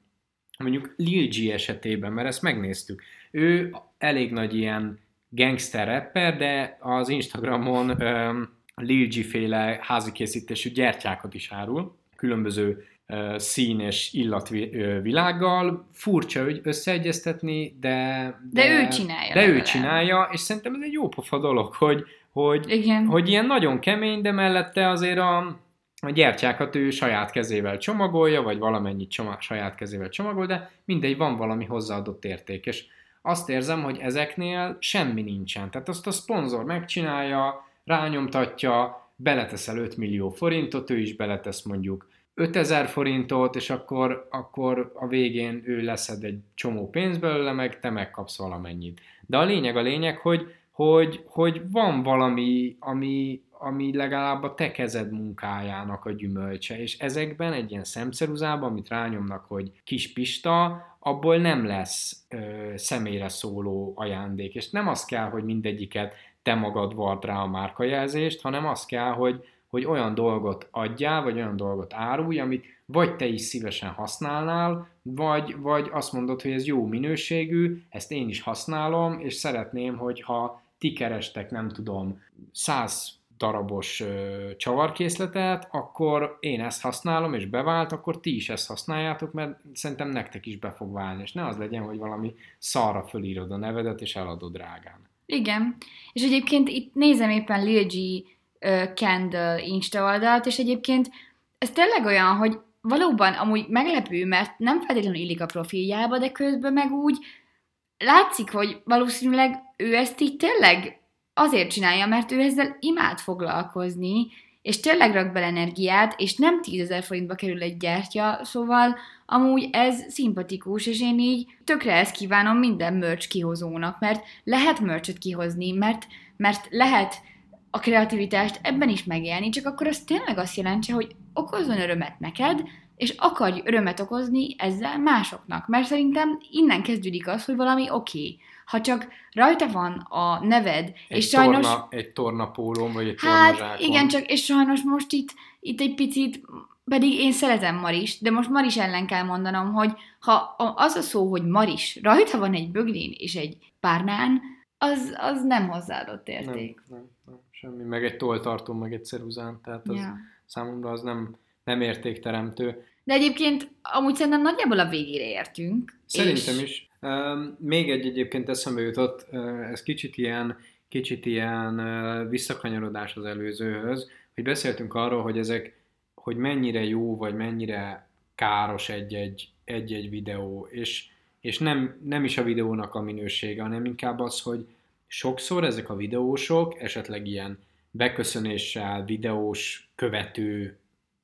mondjuk Lil G esetében, mert ezt megnéztük. Ő elég nagy ilyen gangster rapper, de az Instagramon um, Lil G-féle házikészítésű gyertyákat is árul, különböző uh, szín és illatvilággal. Furcsa, hogy összeegyeztetni, de... De, de ő csinálja. De ő csinálja, és szerintem ez egy jó pofa dolog, hogy, hogy, hogy ilyen nagyon kemény, de mellette azért a, a gyertyákat ő saját kezével csomagolja, vagy valamennyit csomag, saját kezével csomagol, de mindegy, van valami hozzáadott érték, és azt érzem, hogy ezeknél semmi nincsen. Tehát azt a szponzor megcsinálja, rányomtatja, beleteszel öt millió forintot, ő is beletesz mondjuk ötezer forintot, és akkor, akkor a végén ő leszed egy csomó pénzt belőle, meg te megkapsz valamennyit. De a lényeg a lényeg, hogy, hogy, hogy van valami, ami, ami legalább a te kezed munkájának a gyümölcse, és ezekben egy ilyen szemceruzában, amit rányomnak, hogy kis Pista, abból nem lesz ö, személyre szóló ajándék, és nem az kell, hogy mindegyiket te magad vard rá a márkajelzést, hanem az kell, hogy, hogy olyan dolgot adjál, vagy olyan dolgot árulj, amit vagy te is szívesen használnál, vagy, vagy azt mondod, hogy ez jó minőségű, ezt én is használom, és szeretném, hogyha ti kerestek, nem tudom, száz darabos ö, csavarkészletet, akkor én ezt használom, és bevált, akkor ti is ezt használjátok, mert szerintem nektek is be fog válni, és ne az legyen, hogy valami szarra fölírod a nevedet, és eladod drágán. Igen, és egyébként itt nézem éppen Lil G uh, Candle Insta oldalt, és egyébként ez tényleg olyan, hogy valóban amúgy meglepő, mert nem feltétlenül illik a profiljába, de közben meg úgy látszik, hogy valószínűleg ő ezt így tényleg azért csinálja, mert ő ezzel imád foglalkozni, és tényleg rak bele energiát, és nem tízezer forintba kerül egy gyertya, szóval amúgy ez szimpatikus, és én így tökre ezt kívánom minden merch kihozónak, mert lehet merchet kihozni, mert, mert lehet a kreativitást ebben is megélni, csak akkor az tényleg azt jelentse, hogy okozzon örömet neked, és akarj örömet okozni ezzel másoknak, mert szerintem innen kezdődik az, hogy valami oké. Okay. Ha csak rajta van a neved, egy és sajnos... Torna, egy tornapólón, vagy egy hát, tornazsákon. igen, csak és sajnos most itt, itt egy picit, pedig én szeretem Maris, de most Maris ellen kell mondanom, hogy ha az a szó, hogy Maris rajta van egy böglén és egy párnán, az, az nem hozzáadott érték. Nem, nem, nem, semmi. Meg egy tolltartó, meg egy ceruzán, tehát az ja. Számomra az nem, nem értékteremtő. De egyébként amúgy szerintem nagyjából a végére értünk. Szerintem és... is. Uh, még egy egyébként eszembe jutott, uh, ez kicsit ilyen, kicsit ilyen uh, visszakanyarodás az előzőhöz, hogy beszéltünk arról, hogy ezek, hogy mennyire jó, vagy mennyire káros egy-egy, egy-egy videó, és, és nem, nem is a videónak a minősége, hanem inkább az, hogy sokszor ezek a videósok, esetleg ilyen beköszönéssel, videós követő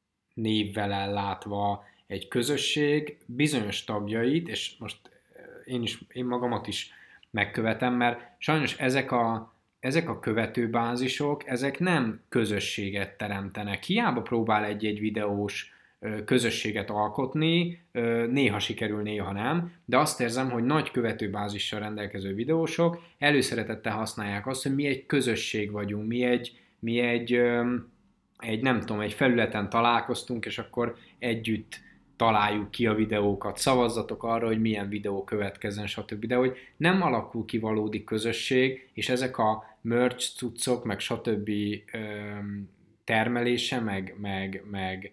névvel ellátva egy közösség bizonyos tagjait, és most én, is, én magamat is megkövetem, mert sajnos ezek a, ezek a követőbázisok, ezek nem közösséget teremtenek. Hiába próbál egy-egy videós közösséget alkotni, néha sikerül, néha nem, de azt érzem, hogy nagy követőbázissal rendelkező videósok előszeretettel használják azt, hogy mi egy közösség vagyunk, mi egy, mi egy, egy nem tudom, egy felületen találkoztunk, és akkor együtt találjuk ki a videókat, szavazzatok arra, hogy milyen videó következzen, stb. De hogy nem alakul ki valódi közösség, és ezek a merch cuccok, meg stb. Termelése, meg, meg, meg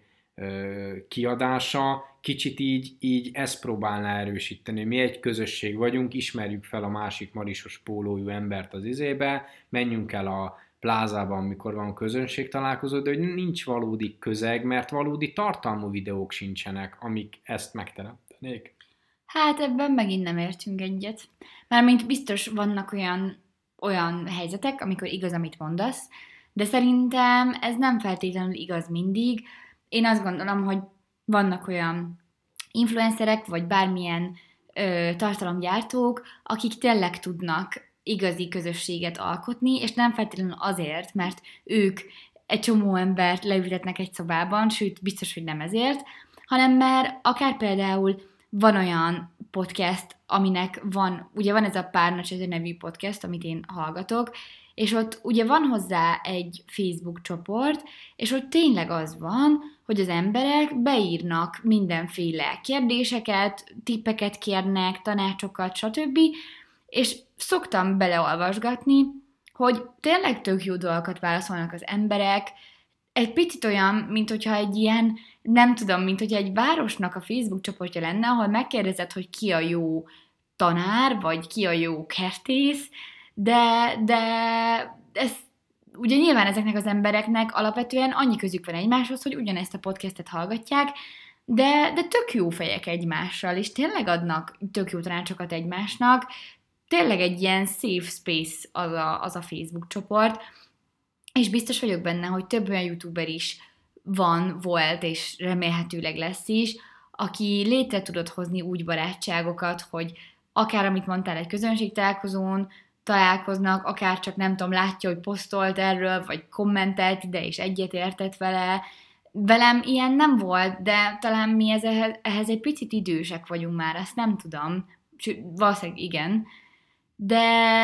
kiadása kicsit így, így ezt próbálná erősíteni. Mi egy közösség vagyunk, ismerjük fel a másik marisos pólójú embert az izébe, menjünk el a plázában, amikor van közönség találkozó, de hogy nincs valódi közeg, mert valódi tartalmú videók sincsenek, amik ezt megteremtenék. Hát ebben megint nem értünk egyet. Mármint biztos vannak olyan, olyan helyzetek, amikor igaz, amit mondasz, de szerintem ez nem feltétlenül igaz mindig. Én azt gondolom, hogy vannak olyan influencerek, vagy bármilyen ö, tartalomgyártók, akik tényleg tudnak igazi közösséget alkotni, és nem feltétlenül azért, mert ők egy csomó embert leültetnek egy szobában, sőt, biztos, hogy nem ezért, hanem mert akár például van olyan podcast, aminek van, ugye van ez a Párna Csete nevű podcast, amit én hallgatok, és ott ugye van hozzá egy Facebook csoport, és ott tényleg az van, hogy az emberek beírnak mindenféle kérdéseket, tippeket kérnek, tanácsokat, stb., és szoktam beleolvasgatni, hogy tényleg tök jó dolgokat válaszolnak az emberek, egy picit olyan, mint hogyha egy ilyen, nem tudom, mint hogyha egy városnak a Facebook csoportja lenne, ahol megkérdezed, hogy ki a jó tanár, vagy ki a jó kertész, de, de ez, ugye nyilván ezeknek az embereknek alapvetően annyi közük van egymáshoz, hogy ugyanezt a podcastet hallgatják, de, de tök jó fejek egymással, és tényleg adnak tök jó tanácsokat egymásnak, tényleg egy ilyen safe space az a, az a Facebook csoport, és biztos vagyok benne, hogy több olyan youtuber is van, volt, és remélhetőleg lesz is, aki létre tudott hozni úgy barátságokat, hogy akár, amit mondtál, egy közönségtalálkozón találkoznak, akár csak nem tudom, látja, hogy posztolt erről, vagy kommentelt ide, és egyetértett vele. Velem ilyen nem volt, de talán mi ez ehhez, ehhez egy picit idősek vagyunk már, ezt nem tudom. Sőt, valószínűleg igen. De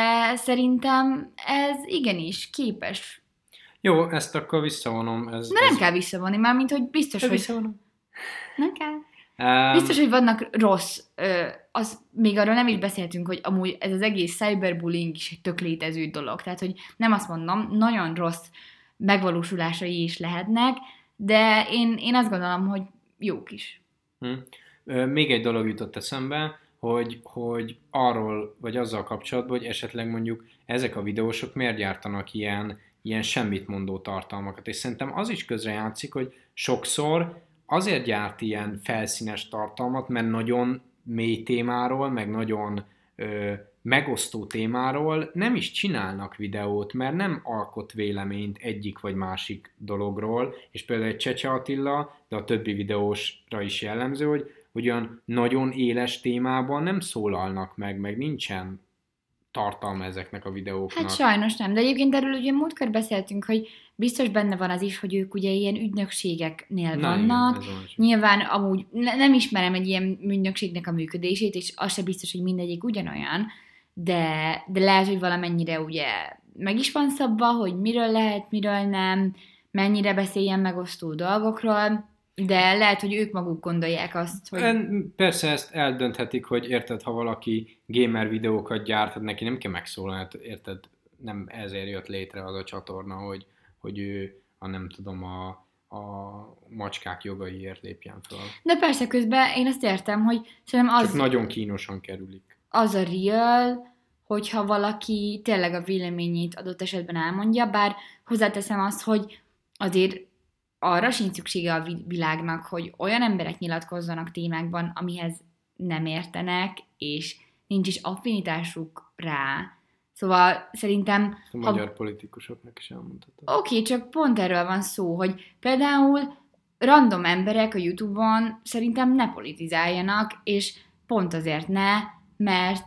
szerintem ez igenis képes. Jó, ezt akkor visszavonom. Ez, De nem ez... kell visszavonni, már mint hogy biztos, De hogy... visszavonom. Nem kell. Um, Biztos, hogy vannak rossz, ö, az, még arról nem is beszéltünk, hogy amúgy ez az egész cyberbullying is egy tök létező dolog. Tehát, hogy nem azt mondom, nagyon rossz megvalósulásai is lehetnek, de én, én azt gondolom, hogy jók is. Hm. Még egy dolog jutott eszembe, hogy, hogy arról, vagy azzal kapcsolatban, hogy esetleg mondjuk ezek a videósok miért gyártanak ilyen, ilyen semmit mondó tartalmakat. És szerintem az is közrejátszik, hogy sokszor azért gyárt ilyen felszínes tartalmat, mert nagyon mély témáról, meg nagyon ö, megosztó témáról nem is csinálnak videót, mert nem alkot véleményt egyik vagy másik dologról, és például egy Csecse Attila, de a többi videósra is jellemző, hogy olyan nagyon éles témában nem szólalnak meg, meg nincsen tartalma ezeknek a videóknak. Hát sajnos nem, de egyébként erről ugye múltkor beszéltünk, hogy biztos benne van az is, hogy ők ugye ilyen ügynökségeknél Na, vannak. igen, Nyilván amúgy ne, nem ismerem egy ilyen ügynökségnek a működését, és az se biztos, hogy mindegyik ugyanolyan, de, de lehet, hogy valamennyire ugye meg is van szabva, hogy miről lehet, miről nem, mennyire beszéljen megosztó dolgokról, de lehet, hogy ők maguk gondolják azt, hogy... Persze ezt eldönthetik, hogy érted, ha valaki gamer videókat gyárt, hát neki nem kell megszólalni, érted, nem ezért jött létre az a csatorna, hogy, hogy ő a nem tudom, a, a macskák jogaiért lépjen fel. De persze közben én azt értem, hogy szerintem az... Csak nagyon kínosan kerülik. Az a real, hogyha valaki tényleg a véleményét adott esetben elmondja, bár hozzáteszem azt, hogy azért arra sincs szüksége a világnak, hogy olyan emberek nyilatkozzanak témákban, amihez nem értenek, és nincs is affinitásuk rá. Szóval szerintem... A magyar ha... politikusoknak is elmondhatom. Oké, okay, csak pont erről van szó, hogy például random emberek a YouTube-on szerintem ne politizáljanak, és pont azért ne, mert,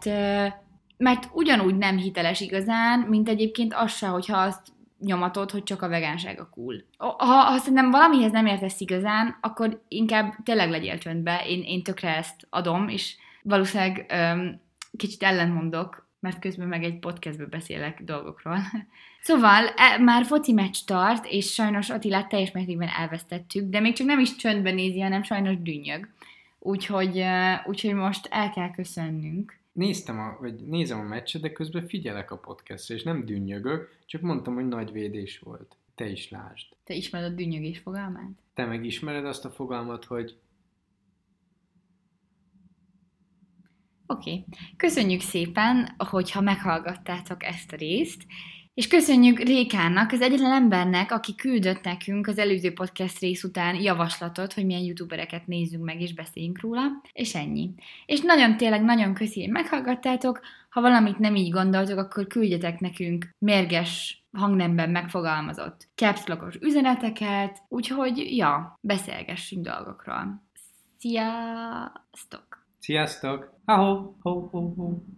mert ugyanúgy nem hiteles igazán, mint egyébként az se, hogyha azt nyomatod, hogy csak a vegánság a cool. Ha, ha szerintem valamihez nem értesz igazán, akkor inkább tényleg legyél csöndbe. Én, én tökre ezt adom, és valószínűleg öm, kicsit ellentmondok, mert közben meg egy podcastből beszélek dolgokról. Szóval e, már foci meccs tart, és sajnos Attilát teljes mértékben elvesztettük, de még csak nem is csöndben nézi, hanem sajnos dünnyög. Úgyhogy, uh, úgyhogy most el kell köszönnünk. Néztem, a, vagy nézem a meccset, de közben figyelek a podcastra, és nem dünnyögök, csak mondtam, hogy nagy védés volt. Te is lásd. Te ismered a dünnyögés fogalmát? Te meg ismered azt a fogalmat, hogy... Oké. Okay. Köszönjük szépen, hogyha meghallgattátok ezt a részt, és köszönjük Rékának, az egyetlen embernek, aki küldött nekünk az előző podcast rész után javaslatot, hogy milyen youtubereket nézzünk meg és beszéljünk róla, és ennyi. És nagyon tényleg nagyon köszi, hogy meghallgattátok, ha valamit nem így gondoltok, akkor küldjetek nekünk mérges hangnemben megfogalmazott caps-lockos üzeneteket, úgyhogy ja, beszélgessünk dolgokról. Sziasztok! Sziasztok! Ahó! Ho, ho, ho.